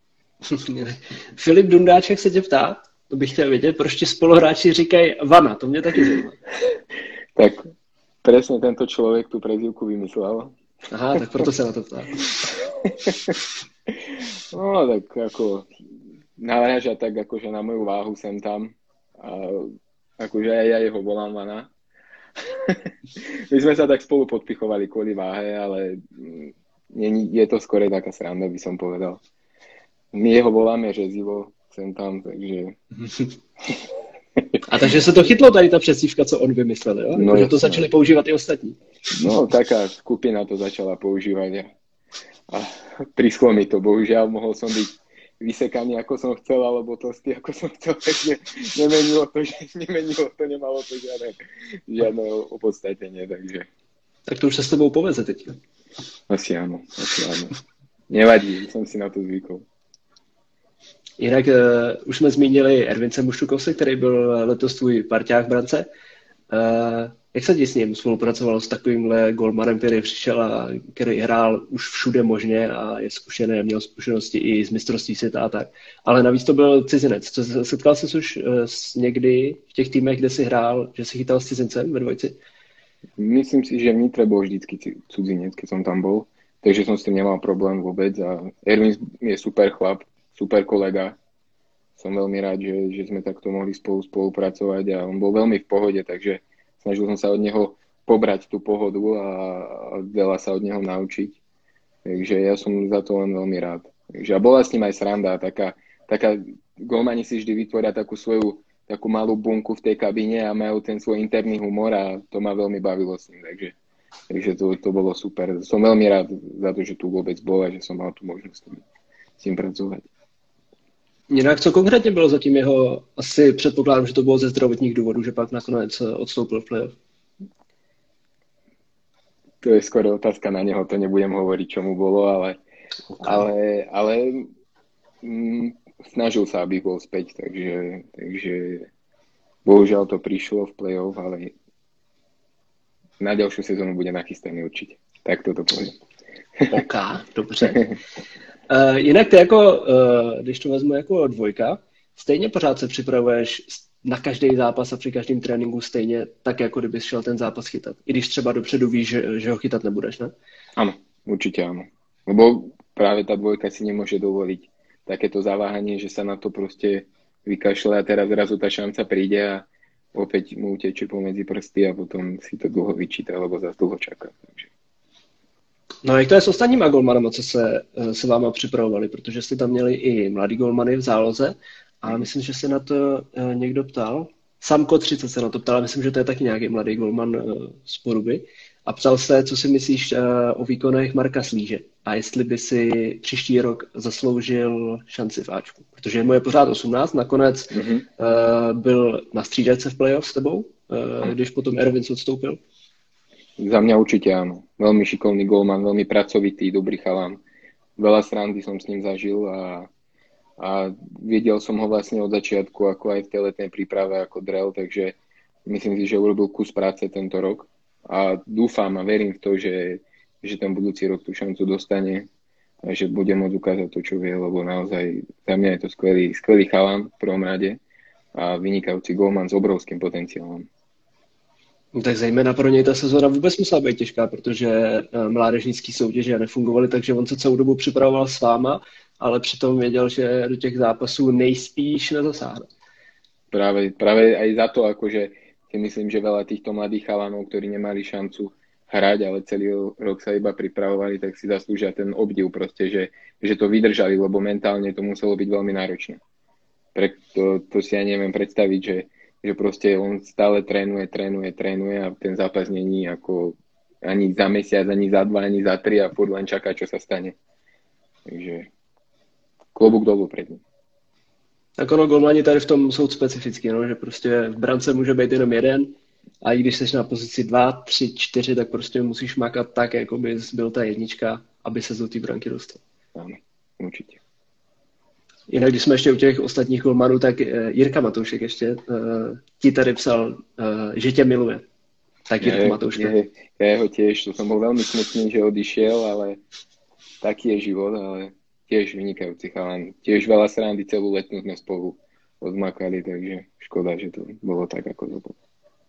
Filip Dundáček se tě ptá, to bych chtěl vědět, proč ti spoluhráči říkají Vana, to mě taky zajímá. Tak presne tento človek tú prezývku vymyslel. Aha, tak proto sa na to ptá. No, tak ako naráža tak akože na moju váhu sem tam. A akože aj ja jeho volám Vana. My sme sa tak spolu podpichovali kvôli váhe, ale nie, je to skôr taká sranda, by som povedal. My jeho voláme Řezivo sem tam, takže... A takže se to chytlo tady ta přesívka, co on vymyslel, jo? No, že to začali používat i ostatní. No, taká skupina to začala používať a, a prischlo mi to. Bohužiaľ, mohol som byť vysekaný, ako som chcel, alebo tlstý, ako som chcel, takže nemenilo to, že nemenilo to, nemalo to žiadne, žiadne opodstatnenie, takže... Tak to už sa s tebou poveze teď. Asi áno, asi áno. Nevadí, som si na to zvykol. Jinak uh, už jsme zmínili Ervince Muštukose, který byl letos tvůj parťák v brance. Uh, jak se ti s ním spolupracovalo s takovýmhle golmanem, který přišel a který hrál už všude možně a je zkušený, měl zkušenosti i z mistrovství světa a tak. Ale navíc to byl cizinec. Co, setkal jsi už uh, s někdy v těch týmech, kde jsi hrál, že jsi chytal s cizincem ve dvojci? Myslím si, že v Nitre bol vždycky cudzinec, keď som tam bol. Takže som s tým nemal problém vôbec. A Ervin je super chlap, super kolega. Som veľmi rád, že, že sme takto mohli spolu spolupracovať a on bol veľmi v pohode, takže snažil som sa od neho pobrať tú pohodu a, a veľa sa od neho naučiť. Takže ja som za to len veľmi rád. Takže a bola s ním aj sranda, taká, taká golmani si vždy vytvoria takú svoju takú malú bunku v tej kabíne a majú ten svoj interný humor a to ma veľmi bavilo s ním, takže, takže to, to bolo super. Som veľmi rád za to, že tu vôbec bol a že som mal tú možnosť s ním pracovať. Jinak co konkrétně bylo zatím jeho, asi předpokládám, že to bylo ze zdravotních důvodů, že pak nakonec odstoupil v playoff? To je skoro otázka na neho, to nebudem hovoriť, čo mu bolo, ale, okay. ale, ale mm, snažil sa, aby bol späť, takže, takže bohužiaľ to prišlo v playoff, ale na ďalšiu sezónu bude nachystaný určite. Tak toto poviem. OK, dobře. Uh, jinak ty jako, uh, když to vezmu jako dvojka, stejně pořád se připravuješ na každý zápas a při každém tréninku stejně tak, jako kdybys šel ten zápas chytat. I když třeba dopředu víš, že, že ho chytat nebudeš, ne? Áno, určite áno. Lebo práve tá dvojka si nemôže dovoliť takéto zaváhanie, že sa na to proste vykašle a teraz zrazu tá šanca príde a opäť mu uteče pomedzi prsty a potom si to dlho vyčíta, lebo zase dlho čaká. Takže. No jak to je s ostatníma golmanama, co se, se váma připravovali, protože jste tam měli i mladý golmany v záloze a myslím, že se na to někdo ptal. Samko třicet se na to ptal, myslím, že to je taky nějaký mladý golman z Poruby. A ptal se, co si myslíš o výkonech Marka Slíže a jestli by si příští rok zasloužil šanci v Ačku. Protože mu je pořád osmnáct, nakonec mm-hmm. byl na střídačce v playoff s tebou když potom Ervin odstoupil? Za mňa určite áno. Veľmi šikovný golman, veľmi pracovitý, dobrý chalan. Veľa srandy som s ním zažil a, a videl som ho vlastne od začiatku, ako aj v tej letnej príprave ako drel, takže myslím si, že urobil kus práce tento rok a dúfam a verím v to, že, že ten budúci rok tú šancu dostane a že bude môcť ukázať to, čo vie, lebo naozaj za mňa je to skvelý, skvelý chalan v prvom rade a vynikajúci golman s obrovským potenciálom. No tak zejména pro něj ta sezóna vůbec musela být těžká, protože mládežnický soutěže nefungovaly, takže on se celou dobu připravoval s váma, ale přitom věděl, že do těch zápasů nejspíš nezasáhne. Práve, práve aj za to, akože si myslím, že veľa týchto mladých chalanov, ktorí nemali šancu hrať, ale celý rok sa iba pripravovali, tak si zaslúžia ten obdiv proste, že, že to vydržali, lebo mentálne to muselo byť veľmi náročné. Pre to, to si ja neviem predstaviť, že že proste on stále trénuje, trénuje, trénuje a ten zápas není ako ani za mesiac, ani za dva, ani za tri a furt len čaká, čo sa stane. Takže klobúk dolů pred ním. Tak ono, golmani tady v tom jsou specifický, no, že prostě v brance může být jenom jeden a i když jsi na pozici dva, tři, čtyři, tak prostě musíš makat tak, jako by byl ta jednička, aby se do té branky dostal. Áno, určite. Jinak, když jsme ještě u těch ostatních golmanů, tak Jirka Matoušek ještě uh, ti tady psal, uh, že tě miluje. Tak Jirka Matouška. Ja, ja jeho tiež, to som bol veľmi smutný, že odišiel, ale taký je život, ale tiež vynikajúci chalan. Tiež veľa srandy, celú letnú sme spolu odmakali, takže škoda, že to bolo tak, ako to bolo.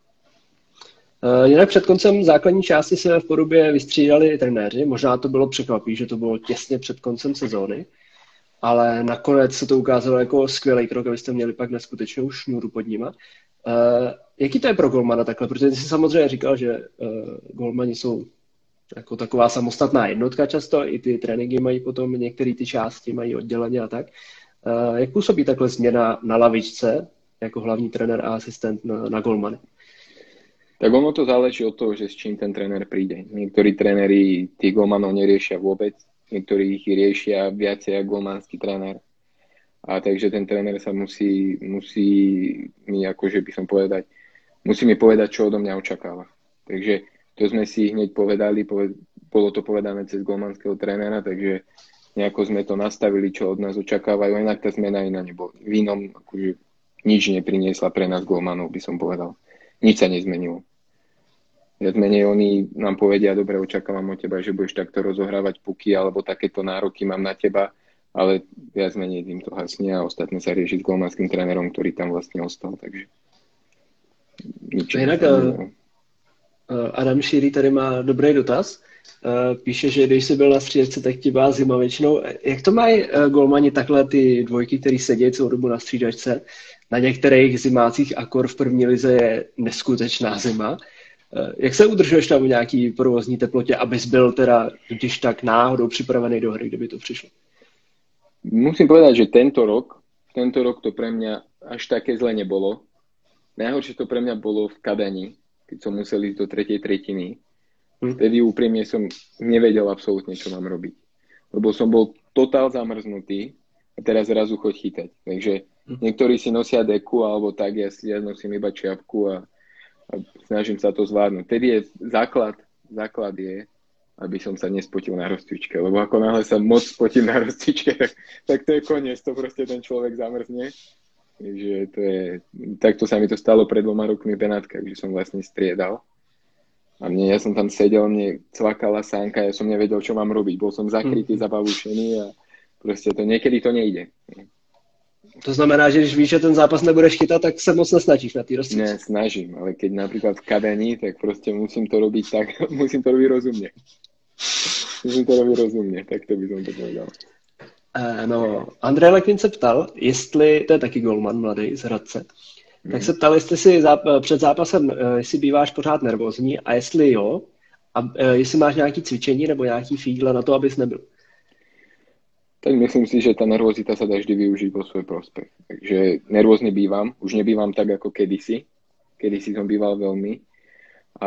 Uh, jinak před koncem základní části se v Porubě vystřídali trenéři. Možná to bylo překvapí, že to bylo těsně před koncem sezóny. Ale nakonec se to ukázalo jako skvělý krok, abyste měli pak neskutečnou šňůru pod nima. Uh, jaký to je pro golmana takhle? Protože jsi samozřejmě říkal, že uh, golmani jsou jako taková samostatná jednotka často, i ty tréninky mají potom některé ty části, mají odděleně a tak. Uh, jak působí takhle změna na lavičce jako hlavní trenér a asistent na, na golmany? Tak ono to záleží od toho, že s čím ten tréner príde. Niektorí tréneri tých golmanov neriešia vôbec, niektorí ich riešia viacej ako golmanský tréner. A takže ten tréner sa musí, musí mi, akože by som povedať, musí mi povedať, čo odo mňa očakáva. Takže to sme si hneď povedali, poved, bolo to povedané cez golmanského trénera, takže nejako sme to nastavili, čo od nás očakávajú. Inak tá zmena iná nebola. V inom akože nič nepriniesla pre nás golmanov, by som povedal. Nič sa nezmenilo. Viac menej oni nám povedia, dobre, očakávam od teba, že budeš takto rozohrávať puky, alebo takéto nároky mám na teba, ale viac menej tým to hasne a ostatné sa rieši s golmanským trénerom, ktorý tam vlastne ostal, takže nič. Jinak uh, Adam Šíří tady má dobrý dotaz. Uh, píše, že když jsi byl na střídačce, tak ti byla zima většinou. Jak to mají uh, golmani takhle ty dvojky, který sedí celou dobu na střídačce? Na některých zimácích akor v první lize je neskutečná zima. Jak se udržuješ tam v nějaký provozní teplotě, abys byl teda, když tak náhodou připravený do hry, kdyby to přišlo? Musím povedať, že tento rok, tento rok to pre mňa až také zle nebolo. Najhoršie to pre mňa bolo v Kadani, keď som musel ísť do tretej tretiny. Hm. Vtedy úprimne som nevedel absolútne, čo mám robiť. Lebo som bol totál zamrznutý a teraz zrazu choď chytať. Takže hm. niektorí si nosia deku alebo tak, ja si ja nosím iba čiapku a a snažím sa to zvládnuť. Tedy je základ, základ je, aby som sa nespotil na rozcvičke, lebo ako náhle sa moc spotím na rozcvičke, tak, tak to je koniec, to proste ten človek zamrzne. Takže to je, takto sa mi to stalo pred dvoma rokmi v Benátkach, že som vlastne striedal. A mne, ja som tam sedel, mne cvakala sánka, ja som nevedel, čo mám robiť. Bol som zakrytý, zabavušený a proste to niekedy to nejde. To znamená, že když víš, že ten zápas nebudeš chytat, tak se moc nesnažíš na té rozcvičce. Ne, snažím, ale keď napríklad v Kadani, tak proste musím to robiť tak, musím to robiť rozumne. Musím to robiť rozumne, tak to by som to povedal. Uh, no, Andrej Lekvin se ptal, jestli, to je taky golman mladý z Hradce, hmm. tak se ptal, jestli si záp- před zápasem, uh, jestli býváš pořád nervózní a jestli jo, a uh, jestli máš nějaké cvičení nebo nějaký fígle na to, abys nebyl. Tak myslím si, že tá nervozita sa dá vždy využiť vo svoj prospech. Takže nervózny bývam, už nebývam tak ako kedysi. Kedysi som býval veľmi. A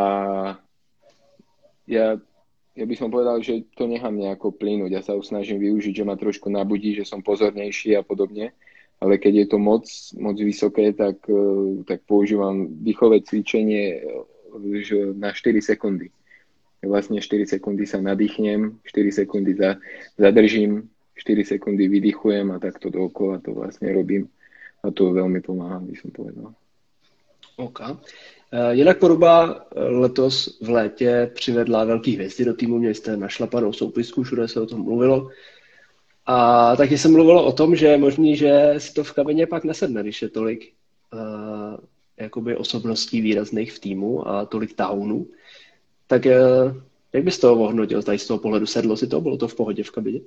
ja, ja by som povedal, že to nechám nejako plynúť. Ja sa už snažím využiť, že ma trošku nabudí, že som pozornejší a podobne. ale keď je to moc, moc vysoké, tak, tak používam dýchové cvičenie na štyri sekundy. Vlastne štyri sekundy sa nadýchnem, štyri sekundy za, zadržím, štyri sekundy vydýchujem a takto dookola to vlastne robím. A to veľmi pomáha, by som povedal. OK. Jinak Poruba letos v létě přivedla velký hvězdy do týmu, měli jste našlapanou soupisku, všude se o tom mluvilo. A taky se mluvilo o tom, že je možný, že si to v kabině pak nesedne, když je tolik uh, jakoby osobností výrazných v týmu a tolik tahounů. Tak uh, jak bys to ohodnotil tady z toho pohledu? Sedlo si to? Bylo to v pohodě v kabině?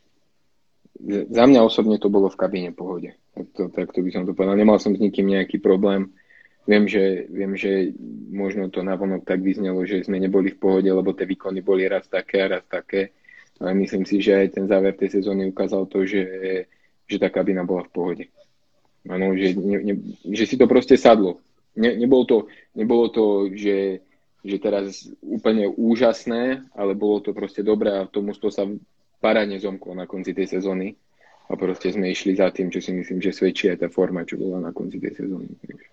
Za mňa osobne to bolo v kabíne v pohode. Tak to, tak to by som to povedal. Nemal som s nikým nejaký problém. Viem že, viem, že možno to navonok tak vyznelo, že sme neboli v pohode, lebo tie výkony boli raz také a raz také. Ale myslím si, že aj ten záver tej sezóny ukázal to, že, že tá kabína bola v pohode. Ano, že, ne, ne, že si to proste sadlo. Ne, nebolo to, nebolo to že, že teraz úplne úžasné, ale bolo to proste dobré a to mužstvo sa parádne zomklo na konci tej sezóny a proste sme išli za tým, čo si myslím, že svedčí aj tá forma, čo bola na konci tej sezóny.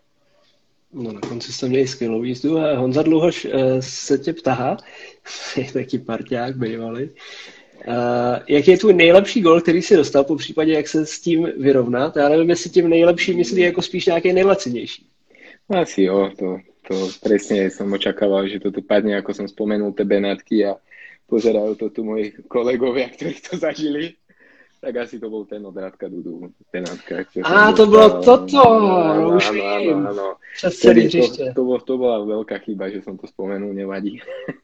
No na konci jste měli skvělou jízdu a Honza Dluhoš se tě ptá, je taky parťák bývalý, jaký je tvůj nejlepší gól, který jsi dostal, po případě jak se s tím vyrovnat? Já nevím, jestli tím nejlepší myslí jako spíš nějaký nejlacinější. Asi jo, to, to presne som očakával, že toto padne, ako som spomenul tie Benátky a pozerajú to tu moji kolegovia, ktorí to zažili. Tak asi to bol ten od Radka Dudu. Benátka. Á, to bylo toto, no už vím. Přes celý hřiště. To, to, to bola veľká chyba, že som to spomenul, nevadí.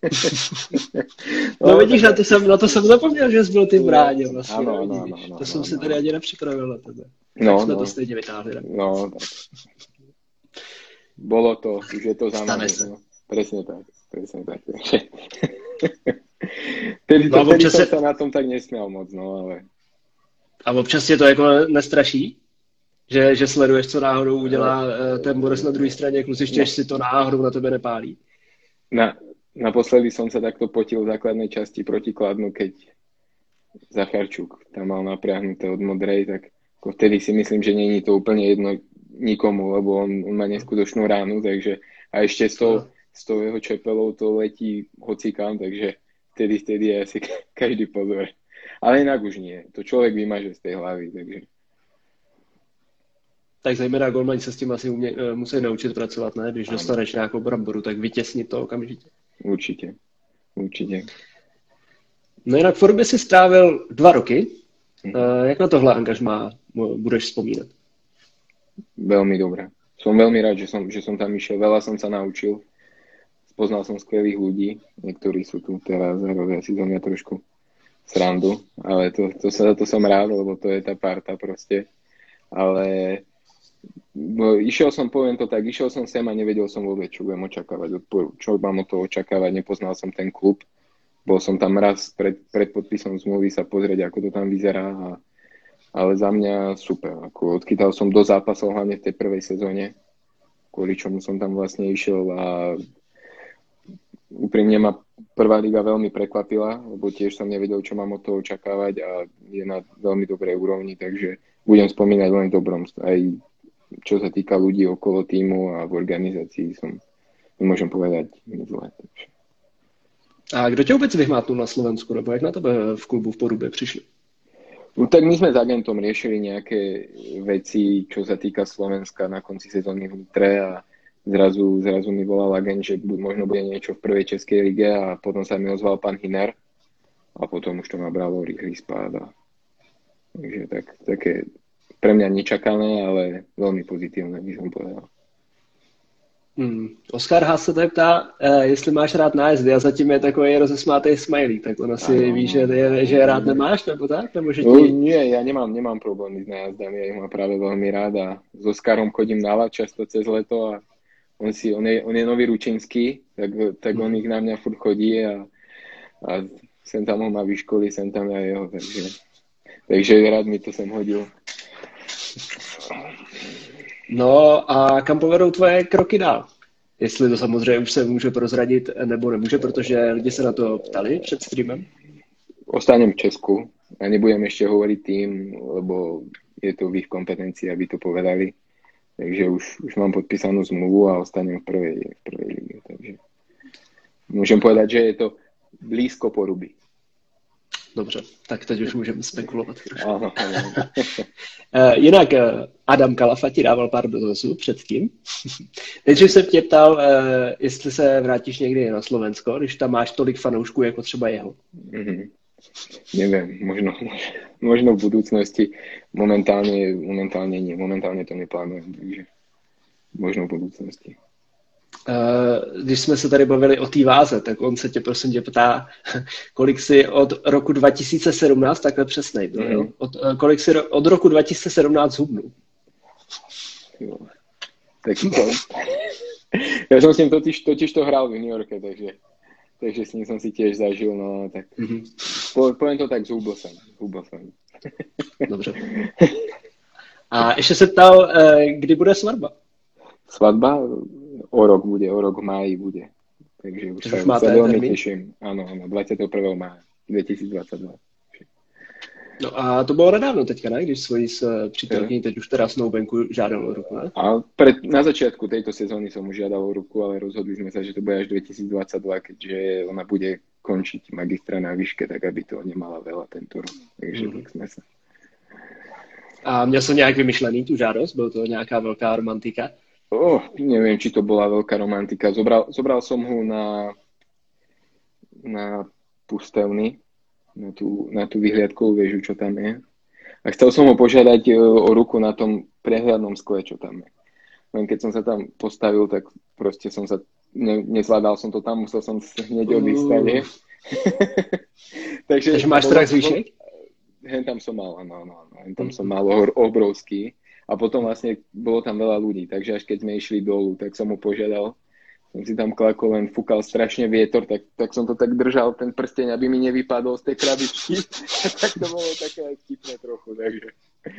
No, no vidíš, na to, jsem, na to jsem zapomněl, že jsi byl ty bráně vlastně. Ano, ano, ano, ano, to jsem ano, si tady ani nepřipravil na tebe. No, tak jsme no. to stejně vytáhli. Ne? No, tak. Bolo to, už je to za nami. No. Presne tak, presne tak. Tedy to, no, tedy som se... sa na tom tak nesmial moc, no ale... A občas tě to jako nestraší? Že, že sleduješ, co náhodou udělá ten Boris na druhé straně, kluziště, si to náhodou na tebe nepálí? Na, naposledy som sa takto potil v základnej časti proti Kladnu, keď Zacharčuk tam mal napriahnuté od modrej, tak vtedy si myslím, že není to úplne jedno nikomu, lebo on, on má neskutočnú ránu, takže a ešte s tou, s tou jeho čepelou to letí hocikám, takže vtedy, vtedy je asi každý pozor. Ale inak už nie. To človek vymaže z tej hlavy, takže... Tak zejména golmani se s tím asi umě, musí naučit pracovat, ne? Když ano. dostaneš nějakou bramboru, tak vytěsnit to okamžitě. Určitě. Určitě. No jinak v Forubě si strávil dva roky. Hmm. Jak na tohle angažmá budeš vzpomínat? Veľmi dobré. Som veľmi rád, že som, že som tam išiel. Veľa som sa naučil. Spoznal som skvelých ľudí. Niektorí sú tu teraz a robia si zo mňa trošku srandu, ale to, to, to, to som rád, lebo to je tá parta proste. Ale no, išiel som, poviem to tak, išiel som sem a nevedel som vôbec, čo budem očakávať. Čo mám od toho očakávať, nepoznal som ten klub. Bol som tam raz pred, pred podpisom zmluvy sa pozrieť, ako to tam vyzerá. A, ale za mňa super. Ako odkytal som do zápasov, hlavne v tej prvej sezóne, kvôli čomu som tam vlastne išiel a úprimne ma prvá liga veľmi prekvapila, lebo tiež som nevedel, čo mám od toho očakávať a je na veľmi dobrej úrovni, takže budem spomínať len dobrom. Aj čo sa týka ľudí okolo týmu a v organizácii som, nemôžem povedať nic zlé. A kdo tě vůbec vyhmátnul na Slovensku, nebo jak na tebe v klubu v Porubě přišli? No tak my sme s agentom riešili nejaké veci, čo sa týka Slovenska na konci sezóny v Nitre a Zrazu, zrazu mi volal agent, že možno bude niečo v prvej českej lige a potom sa mi ozval pán Hiner a potom už to nabralo rýchly spád. A... Takže tak, také pre mňa nečakané, ale veľmi pozitívne, by som povedal. Hmm. Oskar Haas se tady ptá, uh, jestli máš rád nájezdy a zatím je takový rozesmátej smiley, tak on asi ano, ví, že, je, že rád nemáš, nebo tak? Nebo že ti... No, nie, ja nemám, nemám problémy s nájazdami, ja ich mám práve veľmi rád a s Oskarom chodím na ľad často cez leto a On, si, on, je, on je nový Ručinský, tak, tak on ich na mňa furt chodí a, a sem tam ho má vyškolí, sem tam ja jeho, takže, takže rád mi to sem hodil. No a kam povedou tvoje kroky dál? Jestli to samozřejmě už se může prozradit nebo nemůže, protože lidi se na to ptali před streamem. Ostanem v Česku a nebudem ešte hovoriť tým, lebo je to v ich kompetencii, aby to povedali. Takže už, už mám podpísanú zmluvu a ostanem v prvej, v prvej lige. Takže môžem povedať, že je to blízko poruby. Dobře, tak teď už můžeme spekulovat trošku. Aha, aha. Jinak Adam Kalafa ti dával pár dotazů předtím. Nejdřív jsem tě ptal, jestli se vrátíš někdy na Slovensko, když tam máš tolik fanoušků, jako třeba jeho. Mm-hmm. Neviem, možno, možno v budúcnosti. Momentálne, momentálne nie. Momentálne to neplánujem, takže možno v budúcnosti. Když jsme se tady bavili o té váze, tak on se tě prosím tě ptá, kolik jsi od roku dva tisíce sedmnáct, takhle přesnej byl, mm. od, kolik jsi od roku dva tisíce sedmnáct hubnul? Jo. Tak to... Ja som s ním totiž, totiž to hral v juniorke, takže, takže s ním som si tiež zažil, no tak mm-hmm. po, poviem to tak, zhubl som. Zhubl som. Dobře. A ještě se ptal, kdy bude svatba? Svadba o rok bude, o rok v máji bude. Takže už sa, sa veľmi teším. Áno, áno, dvadsiateho prvého mája dvetisícdvadsaťdva. No a to bylo nedávno teďka, ne? Když svoji s přítelkyní teď už teda Snowbanku žádal o ruku, ne? A pred, na začiatku tejto sezóny som už žiadal o ruku, ale rozhodli sme sa, že to bude až dvetisícdvadsaťdva, keďže ona bude končiť magistra na výške, tak aby to nemala veľa tento rok. Takže mm-hmm. tak sme sa. A měl jsem nějak vymyšlený tu žádost? Byl to nějaká velká romantika? Oh, neviem, či to bola veľká romantika. Zobral, zobral som ho na, na Pustelny, na tú, na tú vyhliadkovú väžu, čo tam je. A chcel som ho požiadať o ruku na tom prehľadnom skle, čo tam je. Len keď som sa tam postavil, tak proste som sa, ne, nezvládal som to tam, musel som hneď odísť stane. Takže, Takže máš strach z výšek? Hen tam som mal, áno, áno, áno. Hen tam som mal obrovský. A potom vlastne bolo tam veľa ľudí, takže až keď sme išli dolu, tak som mu požiadal, som si tam klakol, len fúkal strašne vietor, tak, tak som to tak držal, ten prsteň, aby mi nevypadol z tej krabičky. Tak to bolo také vtipné trochu, takže...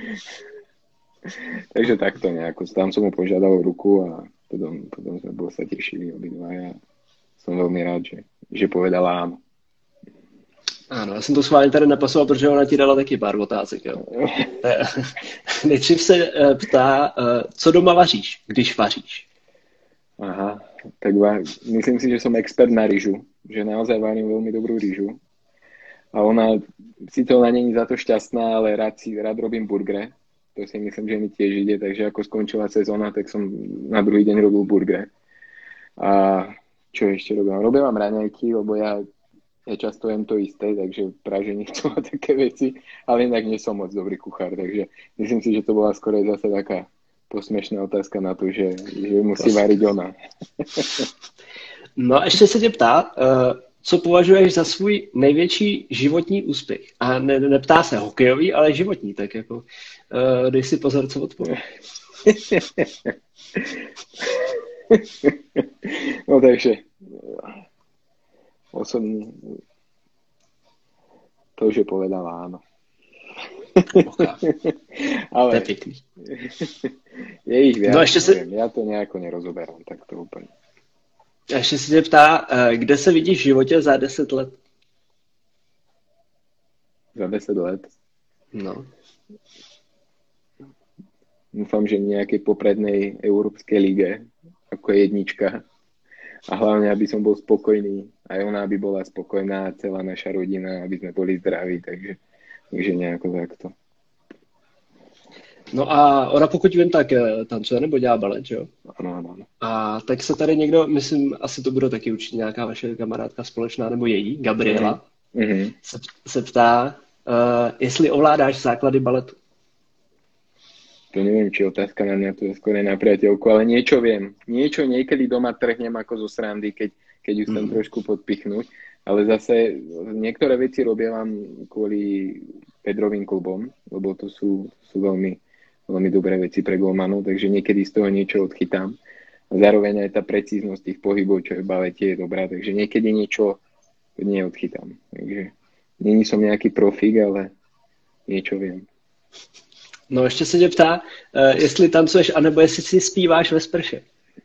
takže takto nejako. Tam som mu požiadal ruku a potom, potom sme bol sa tešili obidvaja. Som veľmi rád, že, že povedala áno. Ano, já jsem to schválně tady napasoval, protože ona ti dala taky pár otázek. Jo. Nejdřív se ptá, co doma vaříš, když vaříš? Aha, tak va- myslím si, že som expert na ryžu, že naozaj varím veľmi dobrú ryžu. A ona, si to ona není za to šťastná, ale rád, si, rád robím burgere. To si myslím, že mi tiež ide, takže ako skončila sezóna, tak som na druhý deň robil burgere. A čo ešte robím? Robím vám raňajky, lebo ja Ja často jem to isté, takže praženie to a také veci, ale inak nie som moc dobrý kuchár, takže myslím si, že to bola skôr zase taká posmešná otázka na to, že, že musí variť ona. No a ještě se tě ptá, co považuješ za svůj největší životní úspěch? A ne, neptá se hokejový, ale životní, tak jako dej si pozor, co odpovím. No takže osobný to, že povedala áno. Ale to je pěkný. Je ich viac, no ještě se... ja to nejako nerozoberám, tak to úplne. A ještě se tě ptá, kde se vidíš v životě za deset let? Za deset let? No. Dúfam, že v nejakej poprednej európskej lige, ako jednička. A hlavne, aby som bol spokojný. Aj ona, aby bola spokojná, celá naša rodina, aby sme boli zdraví, takže, takže nejako takto. No a ona, pokud vím, tak tancuje nebo dělá balet, že jo? Ano, ano, ano. A tak se tady někdo, myslím, asi to bude taky určitě nějaká vaše kamarádka společná, nebo její, Gabriela, mm-hmm. se, se ptá, uh, jestli ovládáš základy baletu. To neviem, či otázka na mňa, to je skôr na priateľku, ale niečo viem. Niečo niekedy doma trhnem ako zo srandy, keď, keď ju chcem mm. trošku podpichnúť, ale zase niektoré veci robia vám kvôli Pedrovým klubom, lebo to sú, sú veľmi, veľmi dobré veci pre golmanov, takže niekedy z toho niečo odchytám. A zároveň aj tá precíznosť tých pohybov, čo je v balete, je dobrá, takže niekedy niečo neodchytám. Takže není som nejaký profík, ale niečo viem. No ještě se tě ptá, uh, jestli tancuješ, anebo jestli si zpíváš ve sprše.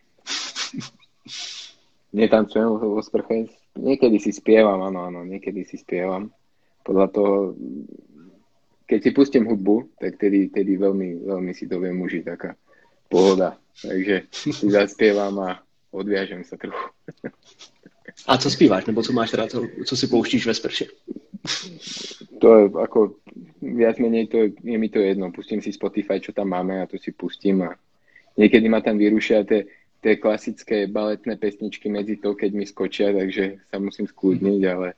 Netancujem vo sprche. Niekedy si spievam, áno, áno, niekedy si spievam. Podľa toho, keď si pustím hudbu, tak tedy, tedy veľmi, veľmi si to viem užiť, taká pohoda. Takže si zaspievam a odviažem sa trochu. A co zpíváš, nebo co máš rád, co, co si pouštíš ve sprše? To je ako, viac menej to je, je mi to jedno. Pustím si Spotify, čo tam máme a to si pustím a niekedy ma tam vyrušia tie, tie klasické baletné pesničky medzi to, keď mi skočia, takže sa musím skľudniť, ale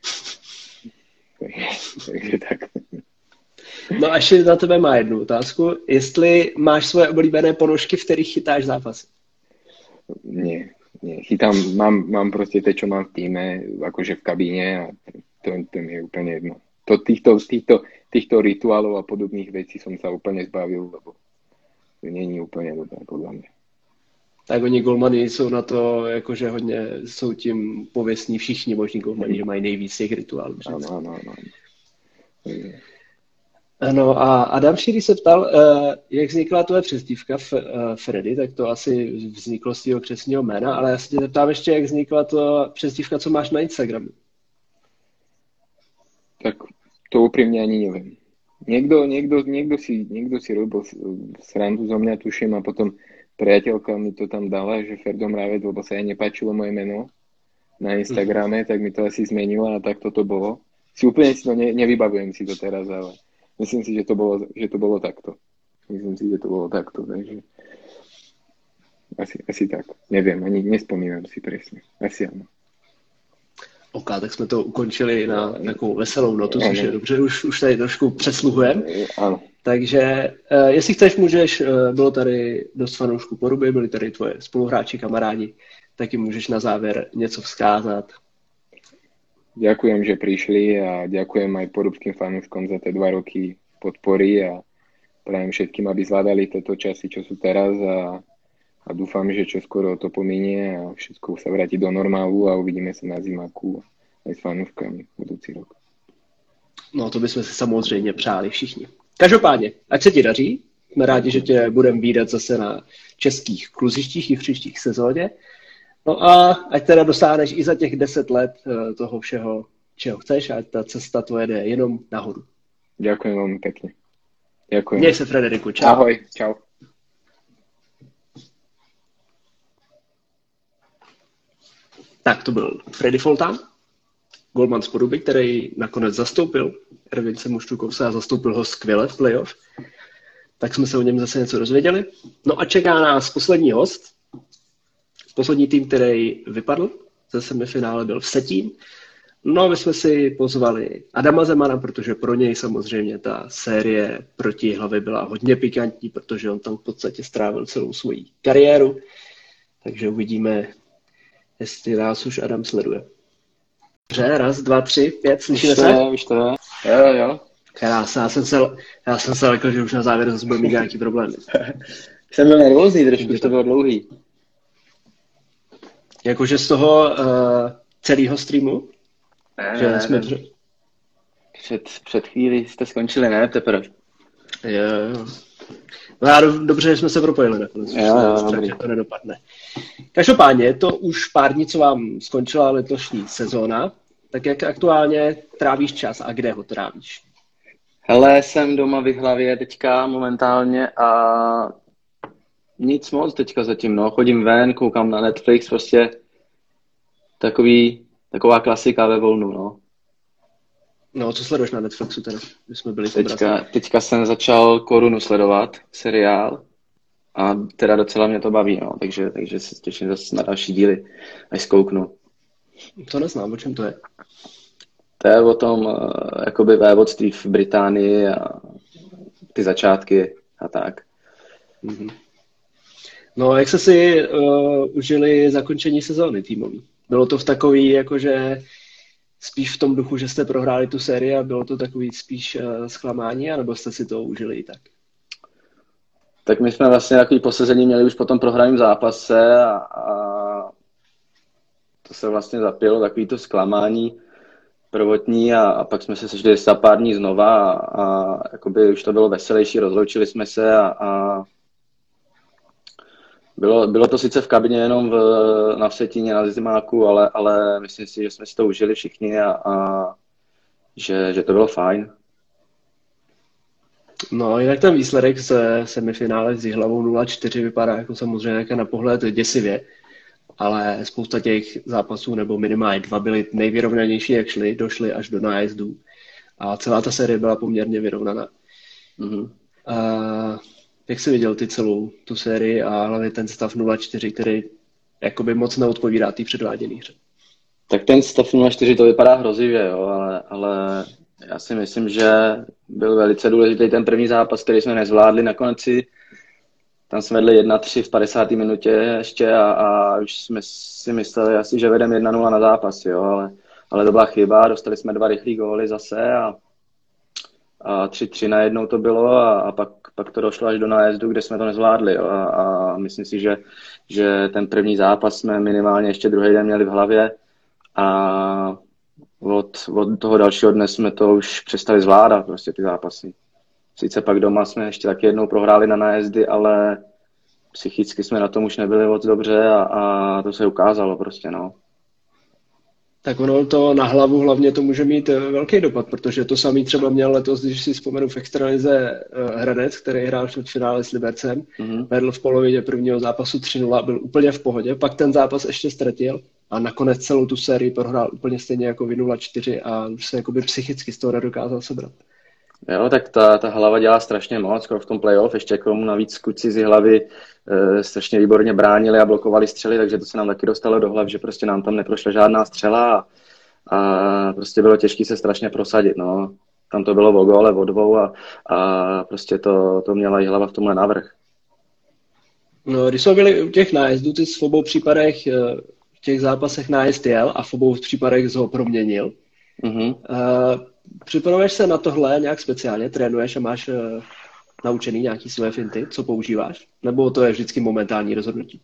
takže tak. No a ještě na tebe má jednu otázku. Jestli máš svoje oblíbené ponožky, v kterých chytáš zápasy? Nie, nie. Chytám, mám, mám proste to, čo mám v týme, akože v kabíne a to, to mi je úplne jedno. To, týchto, týchto, týchto rituálov a podobných vecí som sa úplne zbavil, lebo to není úplne dobré podľa mňa. Tak oni golmani jsou na to, jakože hodně jsou tím pověstní všichni možní golmani, že mají nejvíc těch rituálů. Ano, ano, ano. Ano, a Adam Šíry se ptal, jak vznikla tvoje přezdívka Freddy, tak to asi vzniklo z tvého křestního jména, ale já se tě zeptám ještě, jak vznikla to přezdívka, co máš na Instagramu. Tak to úprimne ani neviem. Niekto, niekto, niekto, si, niekto si robil srandu zo mňa, tuším, a potom priateľka mi to tam dala, že Ferdo Mrávec, lebo sa jej nepáčilo moje meno na Instagrame, tak mi to asi zmenila a tak toto bolo. Si úplne si to ne, nevybavujem si to teraz, ale myslím si, že to bolo, že to bolo takto. Myslím si, že to bolo takto, takže asi, asi tak. Neviem, ani nespomínam si presne. Asi áno. OK, tak jsme to ukončili na takovou veselou notu, což je dobře, už, už tady trošku přesluhujeme. Ano. Takže uh, jestli chceš, můžeš, uh, bylo tady dost fanoušků Poruby, byli tady tvoje spoluhráči, kamarádi, taky můžeš na závěr něco vzkázat. Ďakujem, že prišli a ďakujem aj porubským fanúškom za tie dva roky podpory a prajem všetkým, aby zvládali tieto časy, čo sú teraz a, a dúfam, že čo skoro to pominie a všetko sa vráti do normálu a uvidíme sa na zimáku aj s fanúškami budúci rok. No to bychom si samozřejmě přáli všichni. Každopádně, ať se ti daří, jsme rádi, že tě budeme vídat zase na českých kluzištích i v příštích sezóně. No a ať teda dosáhneš i za těch deset let toho všeho, čeho chceš, a ta cesta tvoje jde jenom nahoru. Ďakujem veľmi pekne. Ďakujem. Měj se, Frederiku. Čau. Ahoj, čau. Tak to byl Freddy Foltán, golman z Poruby, který nakonec zastoupil Ervince Moštukovce a zastoupil ho skvěle v playoff. Tak jsme se o něm zase něco dozvěděli. No a čeká nás poslední host. Poslední tým, který vypadl ze semifinále, byl Vsetín. No a my jsme si pozvali Adama Zemana, protože pro něj samozřejmě ta série proti Hlavě byla hodně pikantní, protože on tam v podstatě strávil celou svoji kariéru. Takže uvidíme, jestli nás už Adam sleduje. Dobře, raz, dva, tři, pět, slyšíme se? Už to je, jo, jo. Krása, já jsem se, já jsem se lekl, že už na závěr zase bude mít nějaký problémy. Jsem byl nervózní, trošku už to bylo dlouhý. Jakože z toho uh, celého streamu? Ne, že ne, jsme... ne. Před, před chvíli jste skončili, ne? Teprve. Jo, jo. No já do, dobře, že jsme se propojili nakonec. Jo, jo, že to nedopadne. Každopádně, to už pár dní, co vám skončila letošní sezóna, tak jak aktuálně trávíš čas a kde ho trávíš? Hele, jsem doma v Jihlavě teďka momentálně a nic moc teďka zatím, no. Chodím ven, koukám na Netflix, prostě takový, taková klasika ve volnu, no. No, co sleduješ na Netflixu teda? My jsme byli teďka, teďka jsem začal Korunu sledovat, seriál, a teda docela mě to baví, no. Takže, takže se těším zase na další díly, až zkouknu. To neznám, o čem to je? To je o tom uh, jakoby vévodství v Británii a ty začátky a tak. Mm-hmm. No, jak jste si uh, užili zakončení sezóny týmový? Bylo to v takový, jakože spíš v tom duchu, že jste prohráli tu sérii a bylo to takový spíš uh, zklamání, anebo jste si to užili i tak? Tak my jsme vlastně takový posezení měli už po tom prohraném zápase a, a to se vlastně zapělo, takový to zklamání prvotní a, a pak jsme se sešli za pár dní znova a, a jakoby už to bylo veselější, rozloučili jsme se a, a bylo, bylo to sice v kabině jenom v, na Vsetíně, na zimáku, ale, ale myslím si, že jsme si to užili všichni a, a že, že to bylo fajn. No, jinak ten výsledek se semifinále s Jihlavou nula čtyři vypadá jako samozřejmě jako na pohled děsivě, ale spousta těch zápasů, nebo minimálně dva, byly nejvyrovnanější, jak šli, došli až do nájezdů. A celá ta série byla poměrně vyrovnaná. Mm-hmm. A jak jsi viděl ty celou tu sérii a hlavně ten stav nula čtyři, který jakoby moc neodpovídá té předváděné hře? Tak ten stav nula čtyři to vypadá hrozivě, jo, ale, ale já si myslím, že byl velice důležitý ten první zápas, který jsme nezvládli. Nakonec si tam jsme vedli jedna tři v padesáté minutě ještě a, a už jsme si mysleli asi, že vedeme jedna nula na zápas, jo, ale, ale to byla chyba, dostali jsme dva rychlý góly zase a, a tři tři najednou to bylo a, a pak, pak to došlo až do nájezdu, kde jsme to nezvládli, jo, a, a myslím si, že, že ten první zápas jsme minimálně ještě druhý den měli v hlavě a od, od toho dalšího dne jsme to už přestali zvládat, prostě ty zápasy. Sice pak doma jsme ještě taky jednou prohráli na nájezdy, ale psychicky jsme na tom už nebyli moc dobře a, a to se ukázalo prostě, no. Tak ono to na hlavu hlavně to může mít velký dopad, protože to samý třeba měl letos, když si vzpomenu v extralize Hradec, který hrál v finále s Libercem, mm-hmm. vedl v polovině prvního zápasu tři nula, byl úplně v pohodě, pak ten zápas ještě ztratil a nakonec celou tu sérii prohrál úplně stejně jako vy nula čtyři a už se jakoby psychicky z toho nedokázal sebrat. Jo, tak ta, ta hlava dělá strašně moc, v tom playoff, ještě k tomu navíc kluci z hlavy e, strašně výborně bránili a blokovali střely, takže to se nám taky dostalo do hlav, že prostě nám tam neprošla žádná střela a, a prostě bylo těžké se strašně prosadit, no. Tam to bylo o góle, o dvou a, a prostě to, to měla i hlava v tomhle návrh. No, když jsme byli u těch nájezdů, ty v obou případech, v těch zápasech nájezd jel a v obou případech ho proměnil. Mm-hmm. Uh, Připravuješ se na tohle nějak speciálně, trénuješ a máš uh, naučený nějaký své finty, co používáš? Nebo to je vždycky momentální rozhodnutí?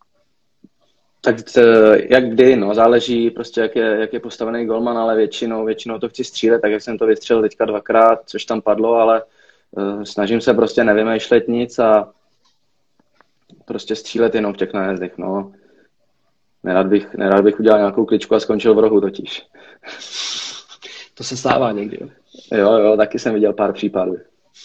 Tak to, jak kdy, no, záleží prostě, jak je, jak je postavený golman, ale většinou, většinou to chci střílet, tak jak jsem to vystřelil teďka dvakrát, což tam padlo, ale uh, snažím se prostě nevymýšlet nic a prostě střílet jenom v těch nájezdech, no. Nerad bych, nerad bych udělal nějakou kličku a skončil v rohu totiž. To se stává někdy, jo? Jo, jo, taky jsem viděl pár případů.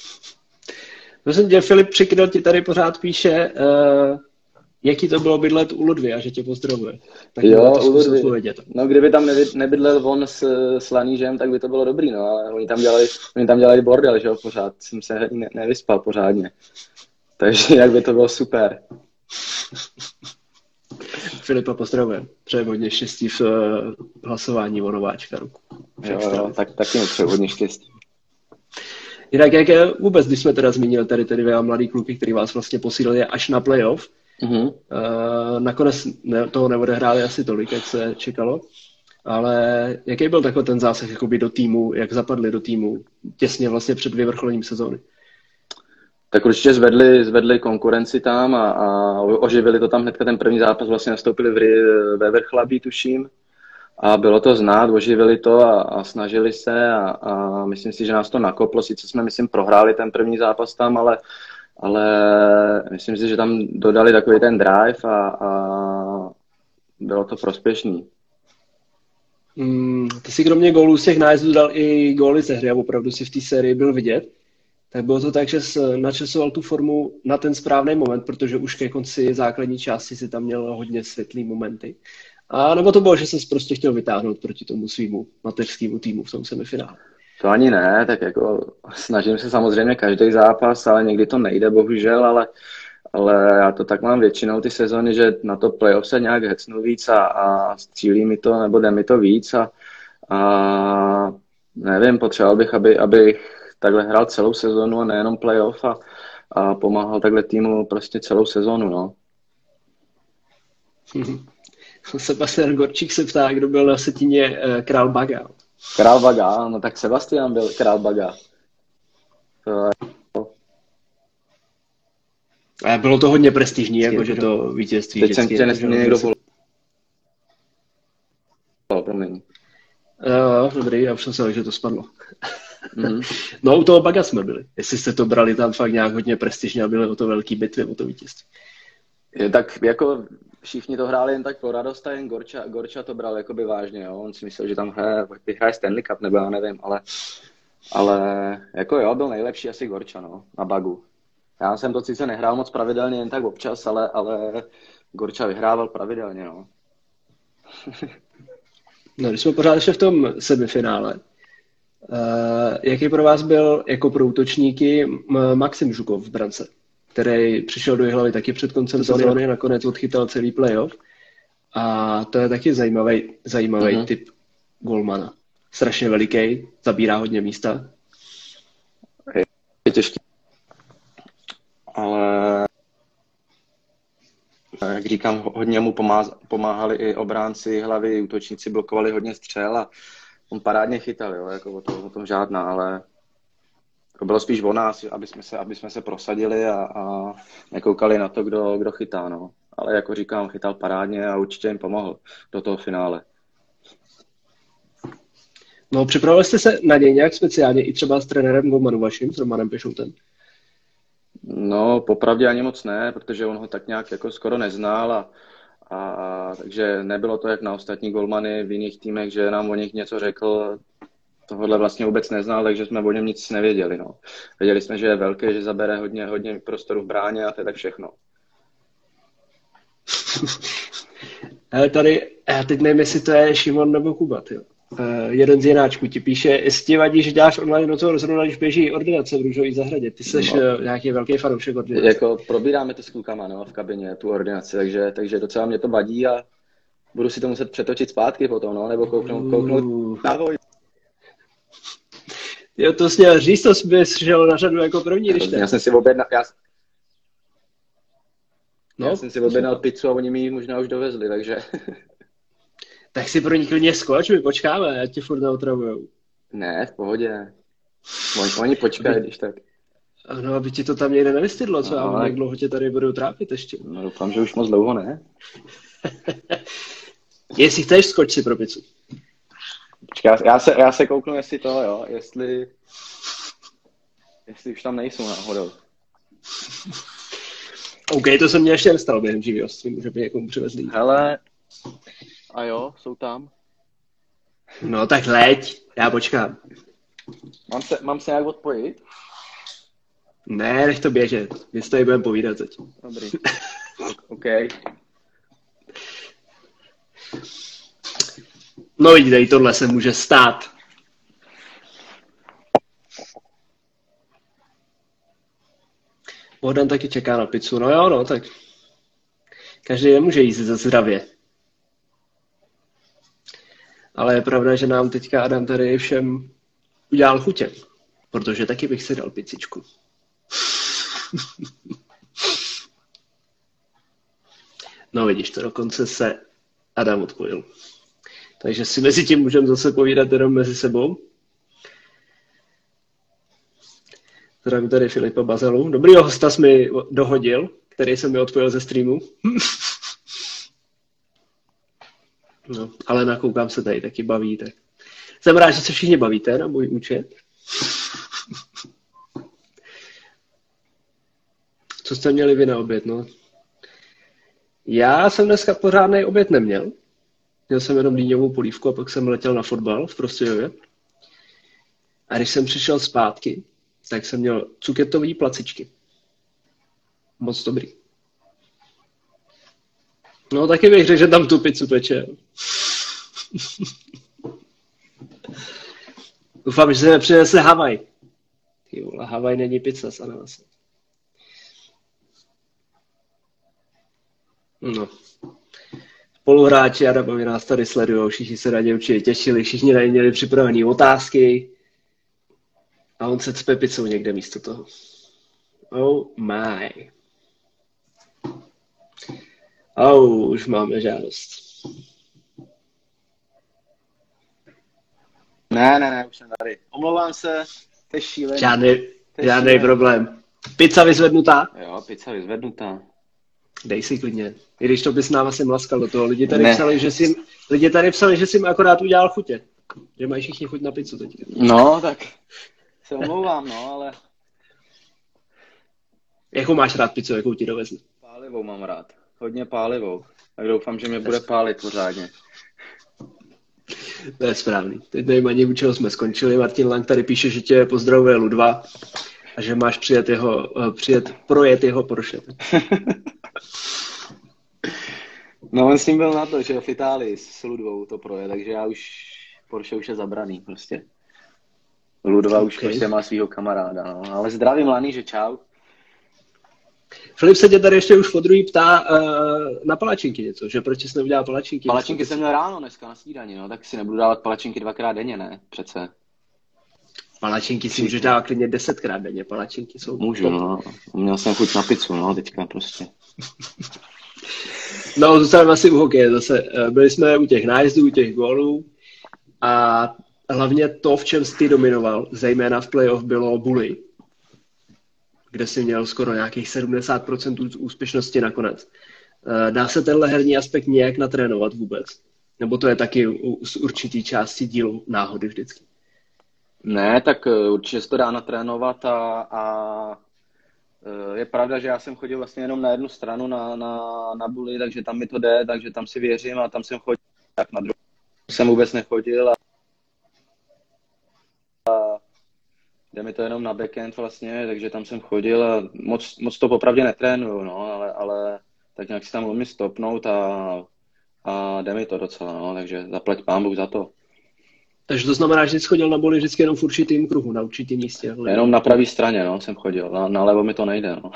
Myslím, že Filip Přikryl ti tady pořád píše, uh, jaký to bylo bydlet u Ludvy a že tě pozdravuje. Tak jo, u Ludvy. No, kdyby tam nebydlel on s, s Lanížem, tak by to bylo dobrý, no, ale oni tam dělali, oni tam dělali bordel, že jo, pořád. Jsem se ne, nevyspal pořádně. Takže jak by to bylo super. Filipa pozdravuje. Přeje hodně štěstí v uh, hlasování o nováčka roku. Jo, jo, tak, taky mi přeje hodně štěstí. Jinak jak je vůbec, když jsme teda zmínili tady ty dvě mladý kluky, který vás vlastně posílili až na playoff, mm-hmm. uh, nakonec ne, toho neodehráli asi tolik, jak se čekalo, ale jaký byl takový ten zásah jakoby do týmu, jak zapadli do týmu těsně vlastně před vyvrcholením sezóny? Tak určitě zvedli, zvedli konkurenci tam a, a oživili to tam hnedka ten první zápas, vlastně nastoupili v, ve Vrchlabí, tuším. A bylo to znát, oživili to a, a snažili se a, a myslím si, že nás to nakoplo. Sice jsme, myslím, prohráli ten první zápas tam, ale, ale myslím si, že tam dodali takový ten drive a, a bylo to prospěšný. Mm, ty si kromě gólů z těch nájezdů dal i góly ze hry a opravdu si v té sérii byl vidět. Tak bylo to tak, že jsi načasoval tu formu na ten správný moment, protože už ke konci základní části si tam měl hodně světlý momenty. A nebo to bylo, že jsi prostě chtěl vytáhnout proti tomu svýmu mateřskému týmu v tom semifinále? To ani ne, tak jako snažím se samozřejmě každý zápas, ale někdy to nejde, bohužel, ale, ale já to tak mám většinou ty sezony, že na to playoff se nějak hecnu víc a, a střílí mi to, nebo jde mi to víc a, a nevím, potřeboval bych, aby, abych takhle hrál celou sezonu a nejenom playoff a, a pomáhal takhle týmu prostě celou sezonu, no. Sebastian Gorčík se ptá, kdo byl na setině uh, Král Baga. Král Baga, no tak Sebastian byl Král Baga. To... A bylo to hodně prestižní, jakože to vítězství. Teď jsem tě nesmí někdo volal. Promiň. Uh, dobrý, já už jsem se že to spadlo. Mm. No u toho Baga jsme byli. Jestli jste to brali tam fakt nějak hodně prestižně a byly o to velký bitvy, o to vítězství. Je, tak jako všichni to hráli jen tak pro radost a jen Gorča, Gorča to bral jakoby vážně, jo. On si myslel, že tam hraje, vyhraje Stanley Cup, nebo já nevím, ale, Ale jako jo, byl nejlepší asi Gorča, no, na bagu. Já jsem to sice nehrál moc pravidelně, jen tak občas, ale, ale Gorča vyhrával pravidelně, no. No, když jsme pořád ještě v tom semifinále, uh, jaký pro vás byl jako pro útočníky Maxim Žukov v brance, který přišel do Jihlavy taky před koncem sezóny, nakonec odchytal celý playoff. A to je taky zajímavý, zajímavý uh-huh. typ golmana. Strašně veliký, zabírá hodně místa. Je těžký. Ale jak říkám, hodně mu pomáhali i obránci hlavy, útočníci blokovali hodně střel a on parádně chytal, jo, jako o, to, o tom žádná, ale to bylo spíš o nás, aby jsme se, aby jsme se prosadili a, a nekoukali na to, kdo, kdo chytá, no. Ale jako říkám, chytal parádně a určitě jim pomohl do toho finále. No, připravili jste se na něj nějak speciálně i třeba s trenérem golmanu vaším, s Romanem Pešoutem? No, popravdě ani moc ne, protože on ho tak nějak jako skoro neznal a, a, a takže nebylo to jak na ostatní golmany v jiných týmech, že nám o nich něco řekl, tohle vlastně vůbec neznal, takže jsme o něm nic nevěděli, no. Věděli jsme, že je velký, že zabere hodně, hodně prostoru v bráně a to je tak všechno. Ale tady, já teď nevím, jestli to je Šimon nebo Kuba, jo. Uh, jeden z jináčků ti píše, jestli ti vadí, že děláš online rozhovor zrovna, když běží ordinace v Růžové zahradě. Ty jsi no. uh, nějaký velký fanoušek ordinace. Jako probíráme to s klukama, no, v kabině, tu ordinaci, takže, takže docela mě to vadí a budu si to muset přetočit zpátky potom, no, nebo kouknout, kouknout uh. na voj. Jo, to jsi měl říct, to jsi šel na řadu jako první, když ne. Já jsem si objednal, já, no, já jsem si objednal pizzu a oni mi ji možná už dovezli, takže... Tak si pro ní klidně skoč, my počkáme, já ti furt neotravujou. Ne, v pohodě. Oni, oni počkají, aby... když tak. Ano, aby ti to tam někde nevystydlo, co? No, a jak dlouho tě tady budou trápit ještě? No doufám, že už moc dlouho ne. Jestli chceš, skoč si pro pizzu. Počkej, já se, já se kouknu, jestli to, jo, jestli... Jestli už tam nejsou náhodou. OK, to se mně ještě nestalo během živého streamu, že by někomu přivezli. Hele... A jo, jsou tam. No tak leď, já počkám. Mám se, mám se nějak odpojit? Ne, nech to běžet. My si tady budeme povídat teď. Dobrý. OK. No vidíte, tohle se může stát. Bohdan taky čeká na pizzu. No jo, no, tak každý nemůže jíst za zdravě. Ale je pravda, že nám teďka Adam tady všem udělal chutě, protože taky bych si dal pizzičku. No vidíš, to dokonce se Adam odpojil. Takže si mezi tím můžeme zase povídat jenom mezi sebou. Zdravím tady Filipa Bazelu. Dobrýho hosta jsi mi dohodil, který se mi odpojil ze streamu. No, ale nakoukám se tady, taky baví. Tak. Jsem rád, že se všichni bavíte na můj účet. Co jste měli vy na oběd, no? Já jsem dneska pořádnej oběd neměl. Měl jsem jenom dýňovou polívku a pak jsem letěl na fotbal v Prostějově. A když jsem přišel zpátky, tak jsem měl cuketový placičky. Moc dobrý. No taky bych řekl, že tam tu pizzu peče. Doufám, že se nepřinese Havaj. Ty vole, Havaj není pizza s ananasem. No. Spoluhráči Adamovi nás tady sledujou, všichni se na ně určitě těšili, všichni na ně měli připravené otázky. A on se cpe pizzou někde místo toho. Oh my. Oh, už máme žádost. Ne, ne, ne, už jsem tady. Omlouvám se, to je šílený. Žádný, žádný problém. Pizza vyzvednutá? Jo, pizza vyzvednutá. Dej si klidně. I když to bys nám asi mlaskal do toho. Lidi tady, psali, že jsi, lidi tady psali, že jsi jim akorát udělal chutě. Že mají všichni chuť na pizzu teď. No, tak se omlouvám, no, ale... Jakou máš rád pizzu, jakou ti dovezli? Pálivou mám rád. Hodně pálivou. Tak doufám, že mě bude pálit pořádně. To je správný. Teď nevím ani, u čeho jsme skončili. Martin Lang tady píše, že tě pozdravuje Ludva a že máš přijet, jeho, přijet projet jeho Porsche. No on s ním byl na to, že v Itálii s Ludvou to proje, takže já už, Porsche už je zabraný prostě. Ludva už Okay. prostě má svýho kamaráda, no. Ale zdravím Lani, že čau. Filip se tě tady ještě už po druhý ptá uh, na palačinky něco, že proč jsi neudělal palačinky? Palačinky jsem měl ráno dneska na snídani, no, tak si nebudu dávat palačinky dvakrát denně, ne, přece. Palačinky si můžeš dávat klidně desetkrát denně, palačinky jsou... Můžu, no, měl jsem chuť na pizzu, no, teďka prostě. No, zůstaneme asi u hokeje zase. Byli jsme u těch nájezdů, u těch gólů a hlavně to, v čem jsi ty dominoval, zejména v playoff, bylo bully, kde jsi měl skoro nějakých sedmdesát procent úspěšnosti nakonec. Dá se tenhle herní aspekt nějak natrénovat vůbec? Nebo to je taky z určitý části dílu náhody vždycky? Ne, tak určitě se to dá natrénovat a, a je pravda, že já jsem chodil vlastně jenom na jednu stranu na, na, na bully, takže tam mi to jde, takže tam si věřím a tam jsem chodil, tak na druhou jsem vůbec nechodil a, a jde mi to jenom na backend vlastně, takže tam jsem chodil a moc, moc to popravdě netrénuju, no, ale, ale tak nějak si tam umím stopnout a, a jde mi to docela, no, takže zaplať pán Bůh za to. Takže to znamená, že jsi chodil na bully vždycky jenom v určitým kruhu, na určitým místě. Jenom na pravé straně, no, jsem chodil, na, na levo mi to nejde, no.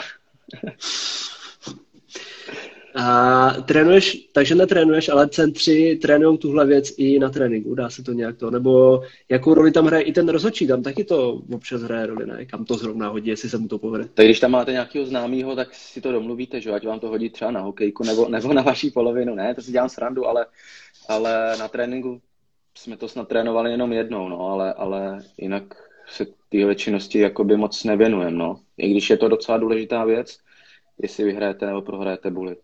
A trénuješ, takže netrénuješ, ale centři trénujou tuhle věc i na tréninku, dá se to nějak to, nebo jakou roli tam hraje i ten rozhodčí, tam taky to občas hraje roli, ne? Kam to zrovna hodí, jestli se mu to povede. Tak když tam máte nějakého známého, tak si to domluvíte, že ať vám to hodí třeba na hokejku nebo, nebo na vaší polovinu, ne, to si dělám srandu, ale, ale na tréninku jsme to snad trénovali jenom jednou, no, ale, ale jinak se téhle činnosti jakoby moc nevěnujeme, no. I když je to docela důležitá věc, jestli vyhrajete nebo prohrajete bully.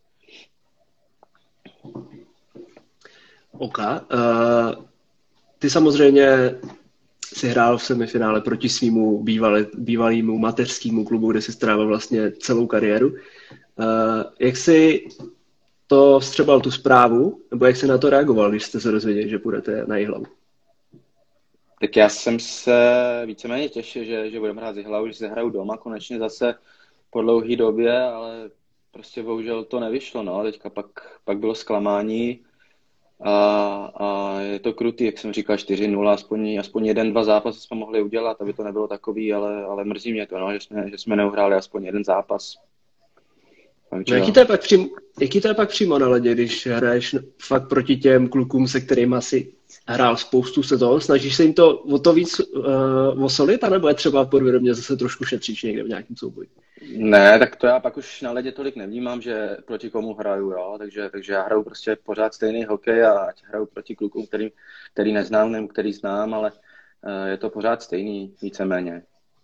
OK. Uh, ty samozřejmě si hrál v semifinále proti svýmu bývalé, bývalýmu mateřskému klubu, kde si strávil vlastně celou kariéru. Uh, jak jsi to vstřebal tu zprávu, nebo jak jsi na to reagoval, když jste se dozvěděli, že půjdete na Jihlavu? Tak já jsem se víceméně těšil, že, že budeme hrát z Jihlavou, že se hraju doma konečně zase po dlouhé době, ale prostě bohužel to nevyšlo, no. Teďka pak, pak bylo zklamání a, a je to krutý, jak jsem říkal, čtyři nula, aspoň, aspoň jeden, dva zápasy jsme mohli udělat, aby to nebylo takový, ale, ale mrzí mě to, no, že jsme, že jsme neuhráli aspoň jeden zápas. No, jaký, to je pak přímo, jaký to je pak přímo na ledě, když hraješ fakt proti těm klukům, se kterými asi hrál spoustu sezón? Snažíš se jim to o to víc uh, osolit, anebo je třeba podvědomě zase trošku šetříš někde v nějakém souboji? Ne, tak to já pak už na ledě tolik nevnímám, že proti komu hraju, jo? Takže, takže já hraju prostě pořád stejný hokej a ať hraju proti klukům, který, který neznám, nebo který znám, ale uh, je to pořád stejný, víceméně.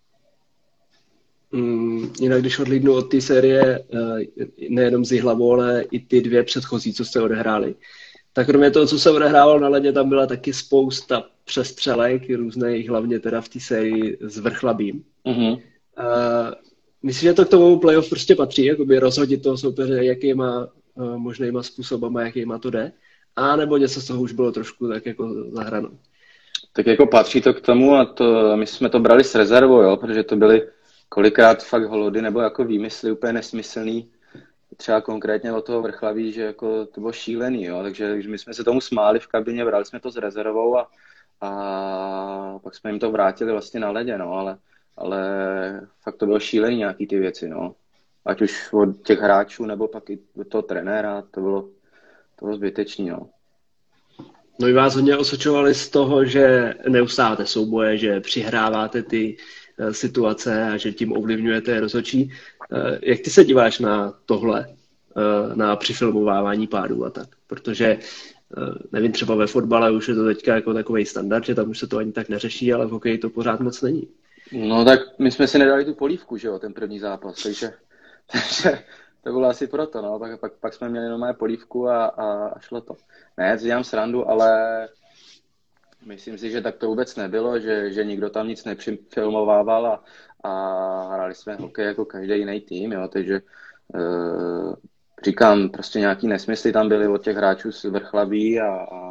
Mm, jinak když odhlídnu od té série nejenom z Jihlavou, ale i ty dvě předchozí, co jste odehráli, tak kromě toho, co se odehrával na ledě, tam byla taky spousta přestřelek, různých, hlavně teda v té sérii s Vrchlabím. Mm-hmm. Uh, myslím, že to k tomu playoff prostě patří, jakoby rozhodit toho soupeře, jakýma uh, možnýma způsobama, jakýma to jde, a nebo něco z toho už bylo trošku tak jako zahranou. Tak jako patří to k tomu a to, my jsme to brali s rezervou, jo, protože to byly kolikrát fakt holody nebo jako výmysly úplně nesmyslný. Třeba konkrétně od toho Vrchlaví, že jako to bylo šílený, jo, takže my jsme se tomu smáli v kabině, brali jsme to s rezervou a, a pak jsme jim to vrátili vlastně na ledě, no, ale, ale fakt to bylo šílený nějaký ty věci, no. Ať už od těch hráčů nebo pak i od toho trenéra, to bylo, to bylo zbytečný, no. No i vás hodně osočovali z toho, že neustáváte souboje, že přihráváte ty situace a že tím ovlivňujete rozhodčí. Jak ty se díváš na tohle, na přifilmovávání pádů a tak? Protože, nevím, třeba ve fotbale už je to teďka jako takovej standard, že tam už se to ani tak neřeší, ale v hokeji to pořád moc není. No tak my jsme si nedali tu polívku, že jo, ten první zápas, takže, takže to bylo asi proto, no, pak, pak, pak jsme měli normálně polívku a, a, a šlo to. Ne, to dělám srandu, ale myslím si, že tak to vůbec nebylo, že, že nikdo tam nic nepřifilmovával a, a hráli jsme hokej jako každý jiný tým, jo, takže e, říkám, prostě nějaký nesmysly tam byly od těch hráčů z Vrchlaví, a, a, ale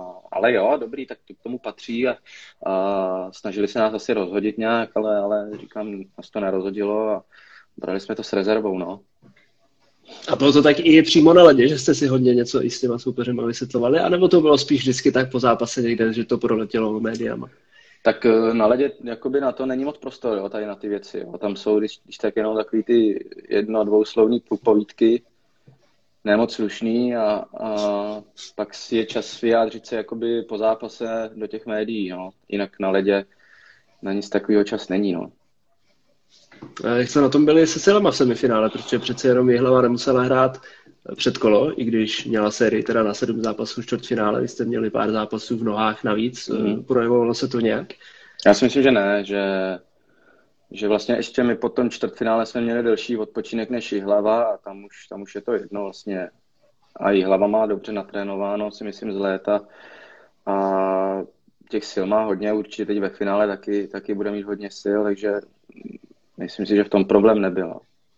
ale jo, dobrý, tak to k tomu patří a, a snažili se nás asi rozhodit nějak, ale, ale říkám, nás to nerozhodilo a brali jsme to s rezervou, no. A bylo to tak i přímo na ledě, že jste si hodně něco i s těma soupeřema vysvětlovali, anebo to bylo spíš vždycky tak po zápase někde, že to proletělo médiama? Tak na ledě jakoby na to není moc prostor, jo, tady na ty věci. Jo. Tam jsou, když, když tak jenom takový ty jedno, dvouslovní povídky, nemoc slušný a, a pak si je čas vyjádřit se jakoby po zápase do těch médií. No. Jinak na ledě na nic takového čas není. No. A jak jste na tom byli se silama v semifinále, protože přece jenom Jihlava nemusela hrát předkolo, i když měla sérii teda na sedm zápasů v čtvrtfinále, vy jste měli pár zápasů v nohách navíc, mm. projevovalo se to nějak? Já si myslím, že ne, že, že vlastně ještě my po tom čtvrtfinále jsme měli delší odpočinek než Jihlava a tam už, tam už je to jedno vlastně. A Jihlava má dobře natrénováno, si myslím, z léta a těch sil má hodně, určitě teď ve finále taky, taky bude mít hodně sil, takže myslím si, že v tom problém nebyl.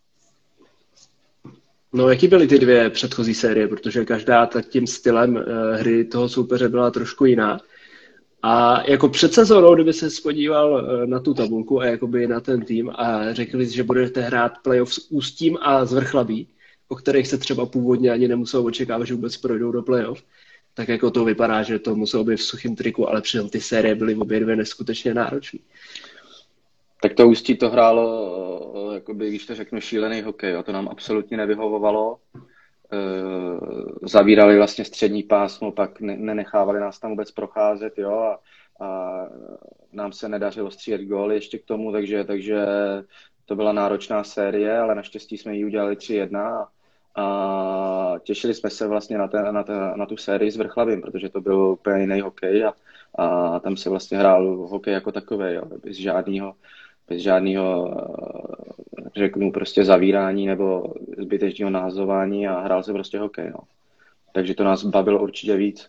No, jaký byly ty dvě předchozí série, protože každá tak tím stylem uh, hry toho soupeře byla trošku jiná. A jako před sezónou, kdyby se spodíval uh, na tu tabulku a jakoby na ten tým a řekli, že budete hrát playoff s Ústím a s Vrchlabí, o kterých se třeba původně ani nemuselo očekávat, že vůbec projdou do playoff, tak jako to vypadá, že to muselo být v suchým triku, ale přitom ty série byly obě dvě neskutečně náročné. Tak to Ústí to hrálo, jakoby, když to řeknu, šílený hokej. A to nám absolutně nevyhovovalo. Zavírali vlastně střední pásmo, pak nenechávali nás tam vůbec procházet, jo, a, a nám se nedařilo střílet góly ještě k tomu, takže, takže to byla náročná série, ale naštěstí jsme ji udělali tři jedna a těšili jsme se vlastně na, ten, na, ten, na tu sérii s Vrchlabím, protože to byl úplně jiný hokej a, a tam se vlastně hrál hokej jako takový, jo, bez žádného bez žádného, řeknu, prostě zavírání nebo zbytečného nahazování a hrál se prostě hokej, no. Takže to nás bavilo určitě víc.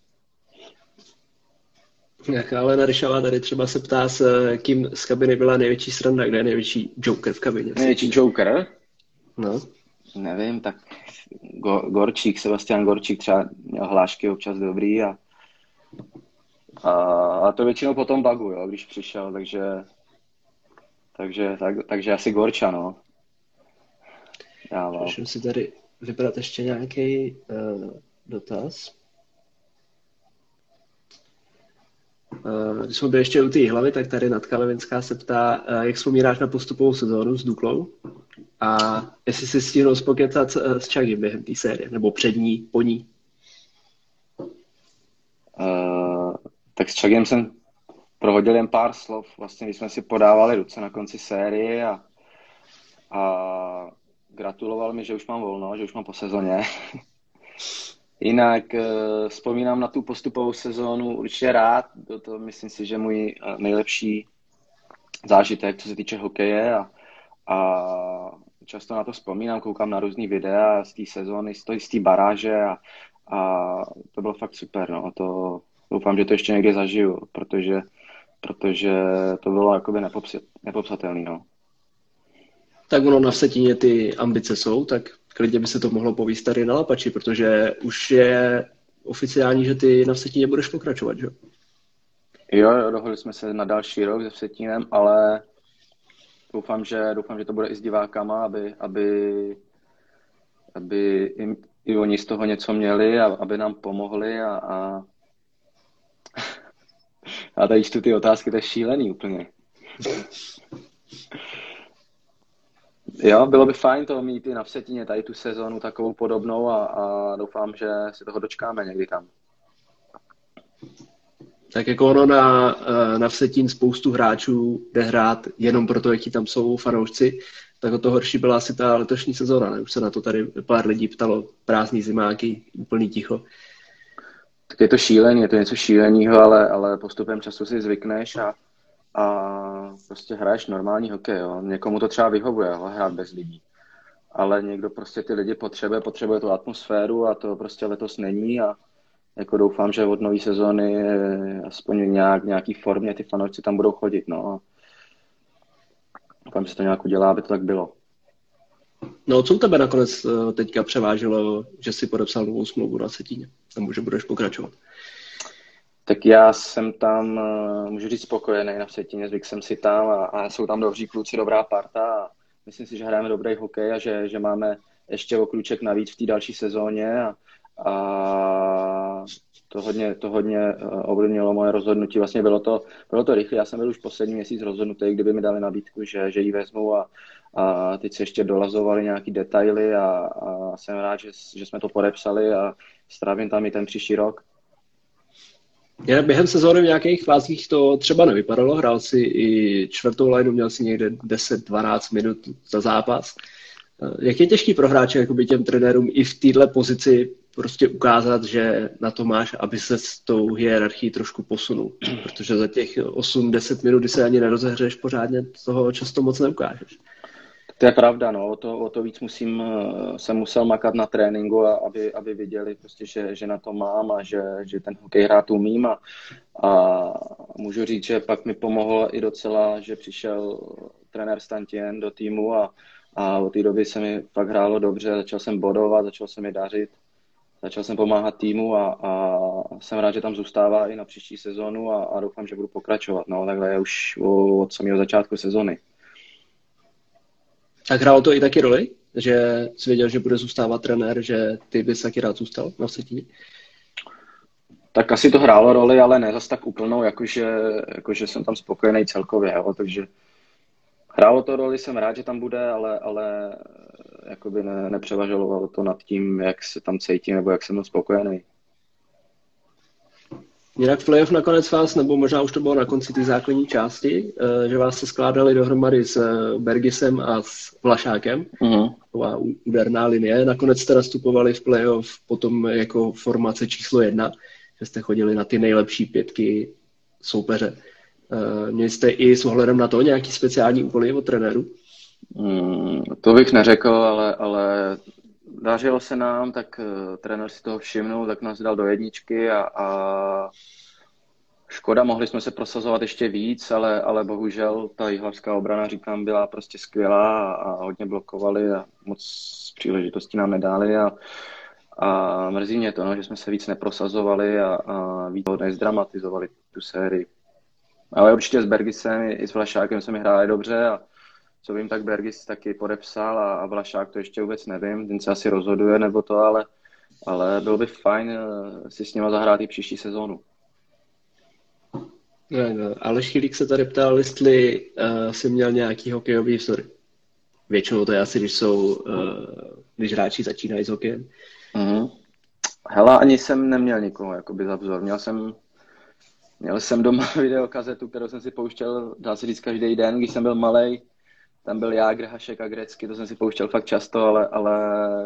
Jak Alena Ryšavá tady třeba se ptá, s kým z kabiny byla největší sranda, kde je největší joker v kabině? Největší joker? No. Nevím, tak Gorčík, Sebastian Gorčík třeba měl hlášky občas dobrý a, a, a to většinou potom bagu, jo, když přišel, takže Takže, tak, takže asi Gorča, no. Můžeme si tady vybrat ještě nějaký uh, dotaz. Uh, když jsme byli ještě u té hlavy, tak tady Natka Levinská se ptá, uh, jak vzpomínáš na postupovou sezónu s Duklou a jestli si stihnul spokecat s Čagim během té série, nebo před ní, po ní. Uh, tak s Čagem jsem prohodil jen pár slov, vlastně když jsme si podávali ruce na konci série a, a gratuloval mi, že už mám volno, že už mám po sezóně. Jinak uh, vzpomínám na tu postupovou sezónu určitě rád, to, to myslím si, že můj uh, nejlepší zážitek, co se týče hokeje a, a často na to vzpomínám, koukám na různý videa z té sezóny, z té baráže a, a to bylo fakt super, no, to doufám, že to ještě někdy zažiju, protože protože to bylo jakoby nepopsat, nepopsatelný, no. Tak ono na Vsetíně ty ambice jsou, tak klidně by se to mohlo povíst tady na Lapači, protože už je oficiální, že ty na Vsetíně budeš pokračovat, že? Jo, jo, dohodli jsme se na další rok se Vsetínem, ale doufám, že, doufám, že to bude i s divákama, aby, aby, aby i, i oni z toho něco měli a aby nám pomohli a, a A tady čtu ty otázky, to je šílený úplně. Jo, bylo by fajn to mít i na Vsetíně, tady tu sezonu takovou podobnou a, a doufám, že si toho dočkáme někdy tam. Tak jako ono na, na Vsetín spoustu hráčů jde hrát jenom proto, jaký tam jsou fanoušci, tak o to horší byla asi ta letošní sezóna. Ne? Už se na to tady pár lidí ptalo, prázdný zimáky, úplný ticho. Tak je to šílený, je to něco šíleného, ale, ale postupem času si zvykneš a, a prostě hraješ normální hokej. Jo. Někomu to třeba vyhovuje, jo, hrát bez lidí. Ale někdo prostě ty lidi potřebuje, potřebuje tu atmosféru a to prostě letos není a jako doufám, že od nové sezóny aspoň nějak, nějaký formě ty fanoušci tam budou chodit. No. Doufám, že se to nějak udělá, aby to tak bylo. No, co u tebe nakonec teďka převážilo, že jsi podepsal novou smlouvu na Vsetíně? Nebo že budeš pokračovat? Tak já jsem tam, můžu říct, spokojený na Vsetíně, zvyk jsem si tam a, a jsou tam dobří kluci, dobrá parta a myslím si, že hrajeme dobrý hokej a že, že máme ještě o kluček navíc v té další sezóně a, a to hodně, to hodně ovlivnilo moje rozhodnutí. Vlastně bylo to, bylo to rychle, já jsem byl už poslední měsíc rozhodnutý, kdyby mi dali nabídku, že, že ji vezmu a, a teď se ještě dolazovali nějaký detaily a, a jsem rád, že, že jsme to podepsali a strávím tam i ten příští rok. Jinak během sezóny v nějakých fázích to třeba nevypadalo, hrál si i čtvrtou lineu, měl si někde deset dvanáct minut za zápas. Jak je těžký pro hráče jakoby těm trenérům i v této pozici prostě ukázat, že na to máš, aby se s tou hierarchií trošku posunul? Protože za těch osm deset minut, kdy se ani nerozehřeš pořádně, toho často moc neukážeš. To je pravda, no. O to, o to víc musím, jsem musel makat na tréninku, a aby, aby viděli, prostě, že, že na to mám a že, že ten hokej hrát umím. A, a můžu říct, že pak mi pomohlo i docela, že přišel trenér Stantien do týmu a, a od té doby se mi fakt hrálo dobře, začal jsem bodovat, začal jsem mi dařit, začal jsem pomáhat týmu a, a jsem rád, že tam zůstává i na příští sezónu a, a doufám, že budu pokračovat. No, takhle je už od samého začátku sezóny. Tak hrálo to i taky roli, že jsi věděl, že bude zůstávat trenér, že ty bys taky rád zůstal na Vsetíně? Tak asi to hrálo roli, ale ne zas tak úplnou, jakože, jakože jsem tam spokojený celkově, jo, takže hrálo to roli, jsem rád, že tam bude, ale, ale jakoby ne, nepřevažovalo to nad tím, jak se tam cítím, nebo jak jsem spokojený. Jinak playoff nakonec vás, nebo možná už to bylo na konci té základní části, že vás se skládali dohromady s Bergisem a s Vlašákem, uh-huh. Taková úderná linie. Nakonec jste nastupovali v playoff potom jako formace číslo jedna, že jste chodili na ty nejlepší pětky soupeře. Měli jste i s ohledem na to nějaký speciální úkoly od trenéru? Hmm, to bych neřekl, ale, ale dařilo se nám, tak uh, trenér si toho všimnul, tak nás dal do jedničky a, a škoda, mohli jsme se prosazovat ještě víc, ale, ale bohužel ta jihlavská obrana, říkám, byla prostě skvělá a, a hodně blokovali a moc příležitostí nám nedali a, a mrzí mě to, no, že jsme se víc neprosazovali a, a víc nezdramatizovali tu sérii. Ale určitě s Bergisem i s Vlašákem jsme hráli dobře a co vím, tak Bergis taky podepsal a, a Vlašák to ještě vůbec nevím, ten se asi rozhoduje nebo to, ale, ale bylo by fajn si s nima zahrát i příští sezónu. No, no. Aleš Chilík se tady ptal, jestli uh, jsi měl nějaký hokejový vzory. Většinou to je asi, když jsou, uh, když hráči začínají s hokejem. Mm-hmm. Hele, ani jsem neměl nikoho jakoby za vzor. Měl jsem, měl jsem doma videokazetu, kterou jsem si pouštěl, dá se říct, každý den, když jsem byl malej. Tam byl Jágr, Hašek a Grecky, to jsem si pouštěl fakt často, ale, ale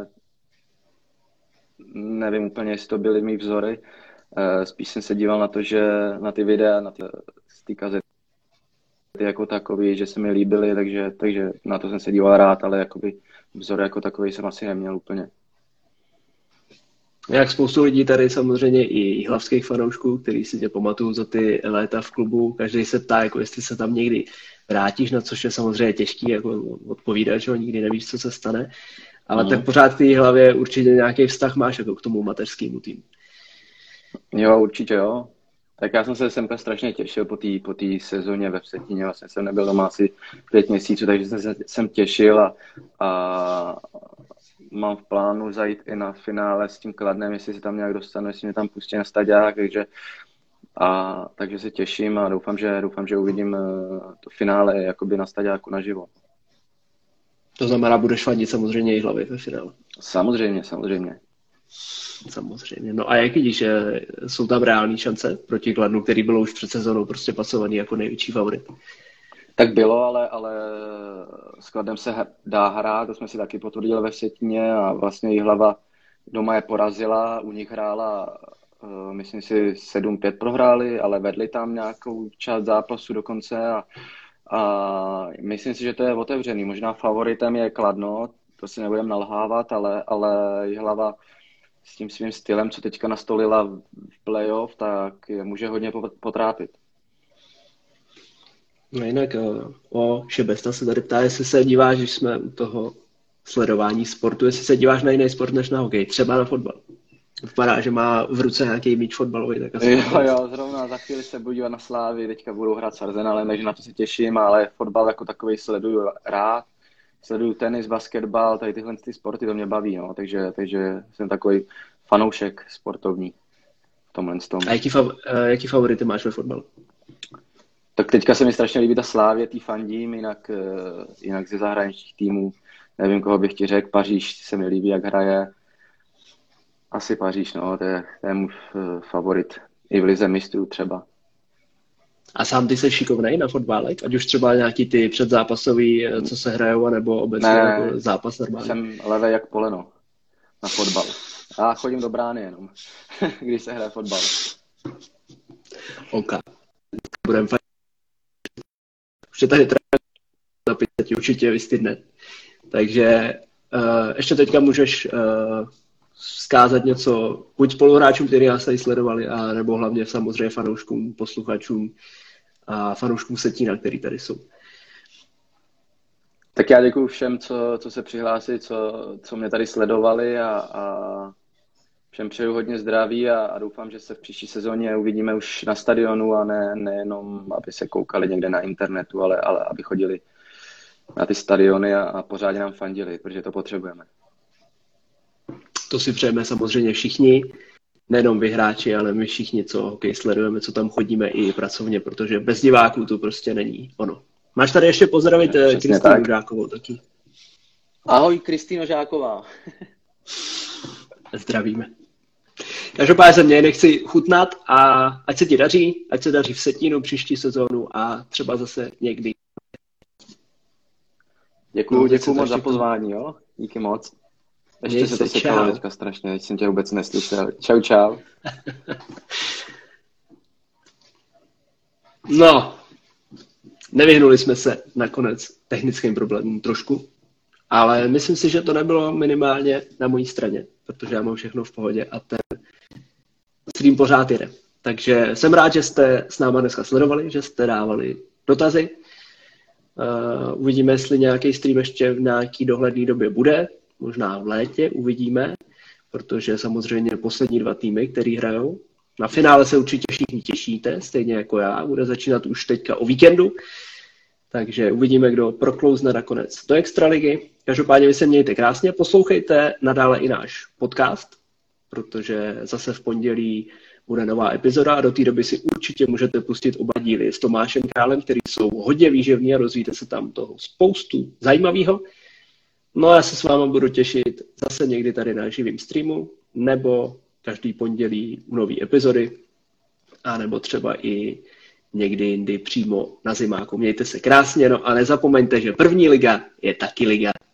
nevím úplně, jestli to byly mý vzory. Spíš jsem se díval na to, že na ty videa, na ty, z té kazety jako takový, že se mi líbily, takže, takže na to jsem se díval rád, ale jakoby vzory jako takový jsem asi neměl úplně. Jak spoustu lidí tady samozřejmě i jihlavských fanoušků, který si tě pamatují za ty léta v klubu, každý se ptá, jako jestli se tam někdy vrátíš, na což je samozřejmě těžký jako odpovídat, že nikdy nevíš, co se stane, ale mm. tak pořád v té hlavě určitě nějaký vztah máš jako k tomu mateřskému týmu. Jo, určitě jo. Tak já jsem se semka strašně těšil po té po té sezóně ve Vsetíně, vlastně jsem nebyl doma asi pět měsíců, takže jsem se jsem těšil a, a mám v plánu zajít i na finále s tím Kladnem, jestli se tam nějak dostanu, jestli mě tam pustí na stadiák, takže a takže se těším a doufám, že doufám, že uvidím to finále jakoby na stadiáku naživo. To znamená, budeš fandit samozřejmě i hlavy ve finále. Samozřejmě, samozřejmě. Samozřejmě. No a jak vidíš, že jsou tam reální šance proti Kladnu, který bylo už před sezónou prostě pasovaný jako největší favorit? Tak bylo, ale, ale s Kladnem se dá hrát, to jsme si taky potvrdili ve Vsetíně a vlastně Jihlava doma je porazila, u nich hrála, myslím si, sedm pět prohráli, ale vedli tam nějakou část zápasu dokonce a, a myslím si, že to je otevřený. Možná favoritem je Kladno, to si nebudem nalhávat, ale, ale Jihlava s tím svým stylem, co teďka nastolila v playoff, tak je může hodně potrápit. No jinak o Šebesta se tady ptá, jestli se díváš, když jsme u toho sledování sportu, jestli se díváš na jiný sport než na hokej, třeba na fotbal. Vypadá, že má v ruce nějaký míč fotbalový. Tak asi jo, jo, zrovna za chvíli se budu dívat na Slávy, teďka budou hrát s Arsenalem, takže na to se těším, ale fotbal jako takový sleduju rád. Sleduju tenis, basketbal, tady tyhle ty sporty, to mě baví, no, takže, takže jsem takový fanoušek sportovní v tomhle tom. A jaký, fav, jaký favority máš ve fotbalu? Tak teďka se mi strašně líbí ta Slávě, tý fandím, jinak, jinak ze zahraničních týmů, nevím, koho bych ti řekl, Paříž se mi líbí, jak hraje. Asi Paříž, no, to je, to je můj favorit. I v lize mistrů třeba. A sám ty jsi šikovnej na fotbálek? Ať už třeba nějaký ty předzápasový, co se hrajou, nebo obecně ne, jako zápas normální? Jsem levej jak poleno na fotbal. Já chodím do brány jenom, když se hraje fotbal. OK. Budeme fajn. Už je tady za pět, určitě vystydne. Takže uh, ještě teďka můžeš uh, vzkázat něco buď spoluhráčům, kteří nás tady sledovali, a nebo hlavně samozřejmě fanouškům, posluchačům a fanouškům Setína, který tady jsou. Tak já děkuju všem, co, co se přihlásili, co, co mě tady sledovali a, a všem přeju hodně zdraví a, a doufám, že se v příští sezóně uvidíme už na stadionu a ne, nejenom, aby se koukali někde na internetu, ale, ale aby chodili na ty stadiony a, a pořádně nám fandili, protože to potřebujeme. To si přejeme samozřejmě všichni, nejenom vy hráči, ale my všichni, co hokej sledujeme, co tam chodíme i pracovně, protože bez diváků to prostě není ono. Máš tady ještě pozdravit Kristýnu tak. Žákovou taky. Ahoj, Kristýno Žáková. Zdravíme. Každopádně se mě nechci chutnat a ať se ti daří, ať se daří v Setínu příští sezónu a třeba zase někdy. Děkuju, no, děkuju moc za pozvání, jo? Díky moc. Ještě Měj se to sekalo teďka strašně, teď jsem tě vůbec neslyšel. Čau, čau. No, nevyhnuli jsme se nakonec technickým problémům trošku, ale myslím si, že to nebylo minimálně na mojí straně, protože já mám všechno v pohodě a ten stream pořád jede. Takže jsem rád, že jste s náma dneska sledovali, že jste dávali dotazy. Uh, uvidíme, jestli nějaký stream ještě v nějaký dohledné době bude. Možná v létě uvidíme, protože samozřejmě poslední dva týmy, který hrajou. Na finále se určitě všichni těšíte, stejně jako já. Bude začínat už teďka o víkendu. Takže uvidíme, kdo proklouzne nakonec do extraligy. Každopádně vy se mějte krásně, poslouchejte nadále i náš podcast, protože zase v pondělí bude nová epizoda a do té doby si určitě můžete pustit oba díly s Tomášem Králem, který jsou hodně výživní a rozvíjíte se tam toho spoustu zajímavého. No a já se s váma budu těšit zase někdy tady na živým streamu, nebo každý pondělí u nový epizody, a nebo třeba i někdy jindy přímo na zimáku. Mějte se krásně, no a nezapomeňte, že první liga je taky liga.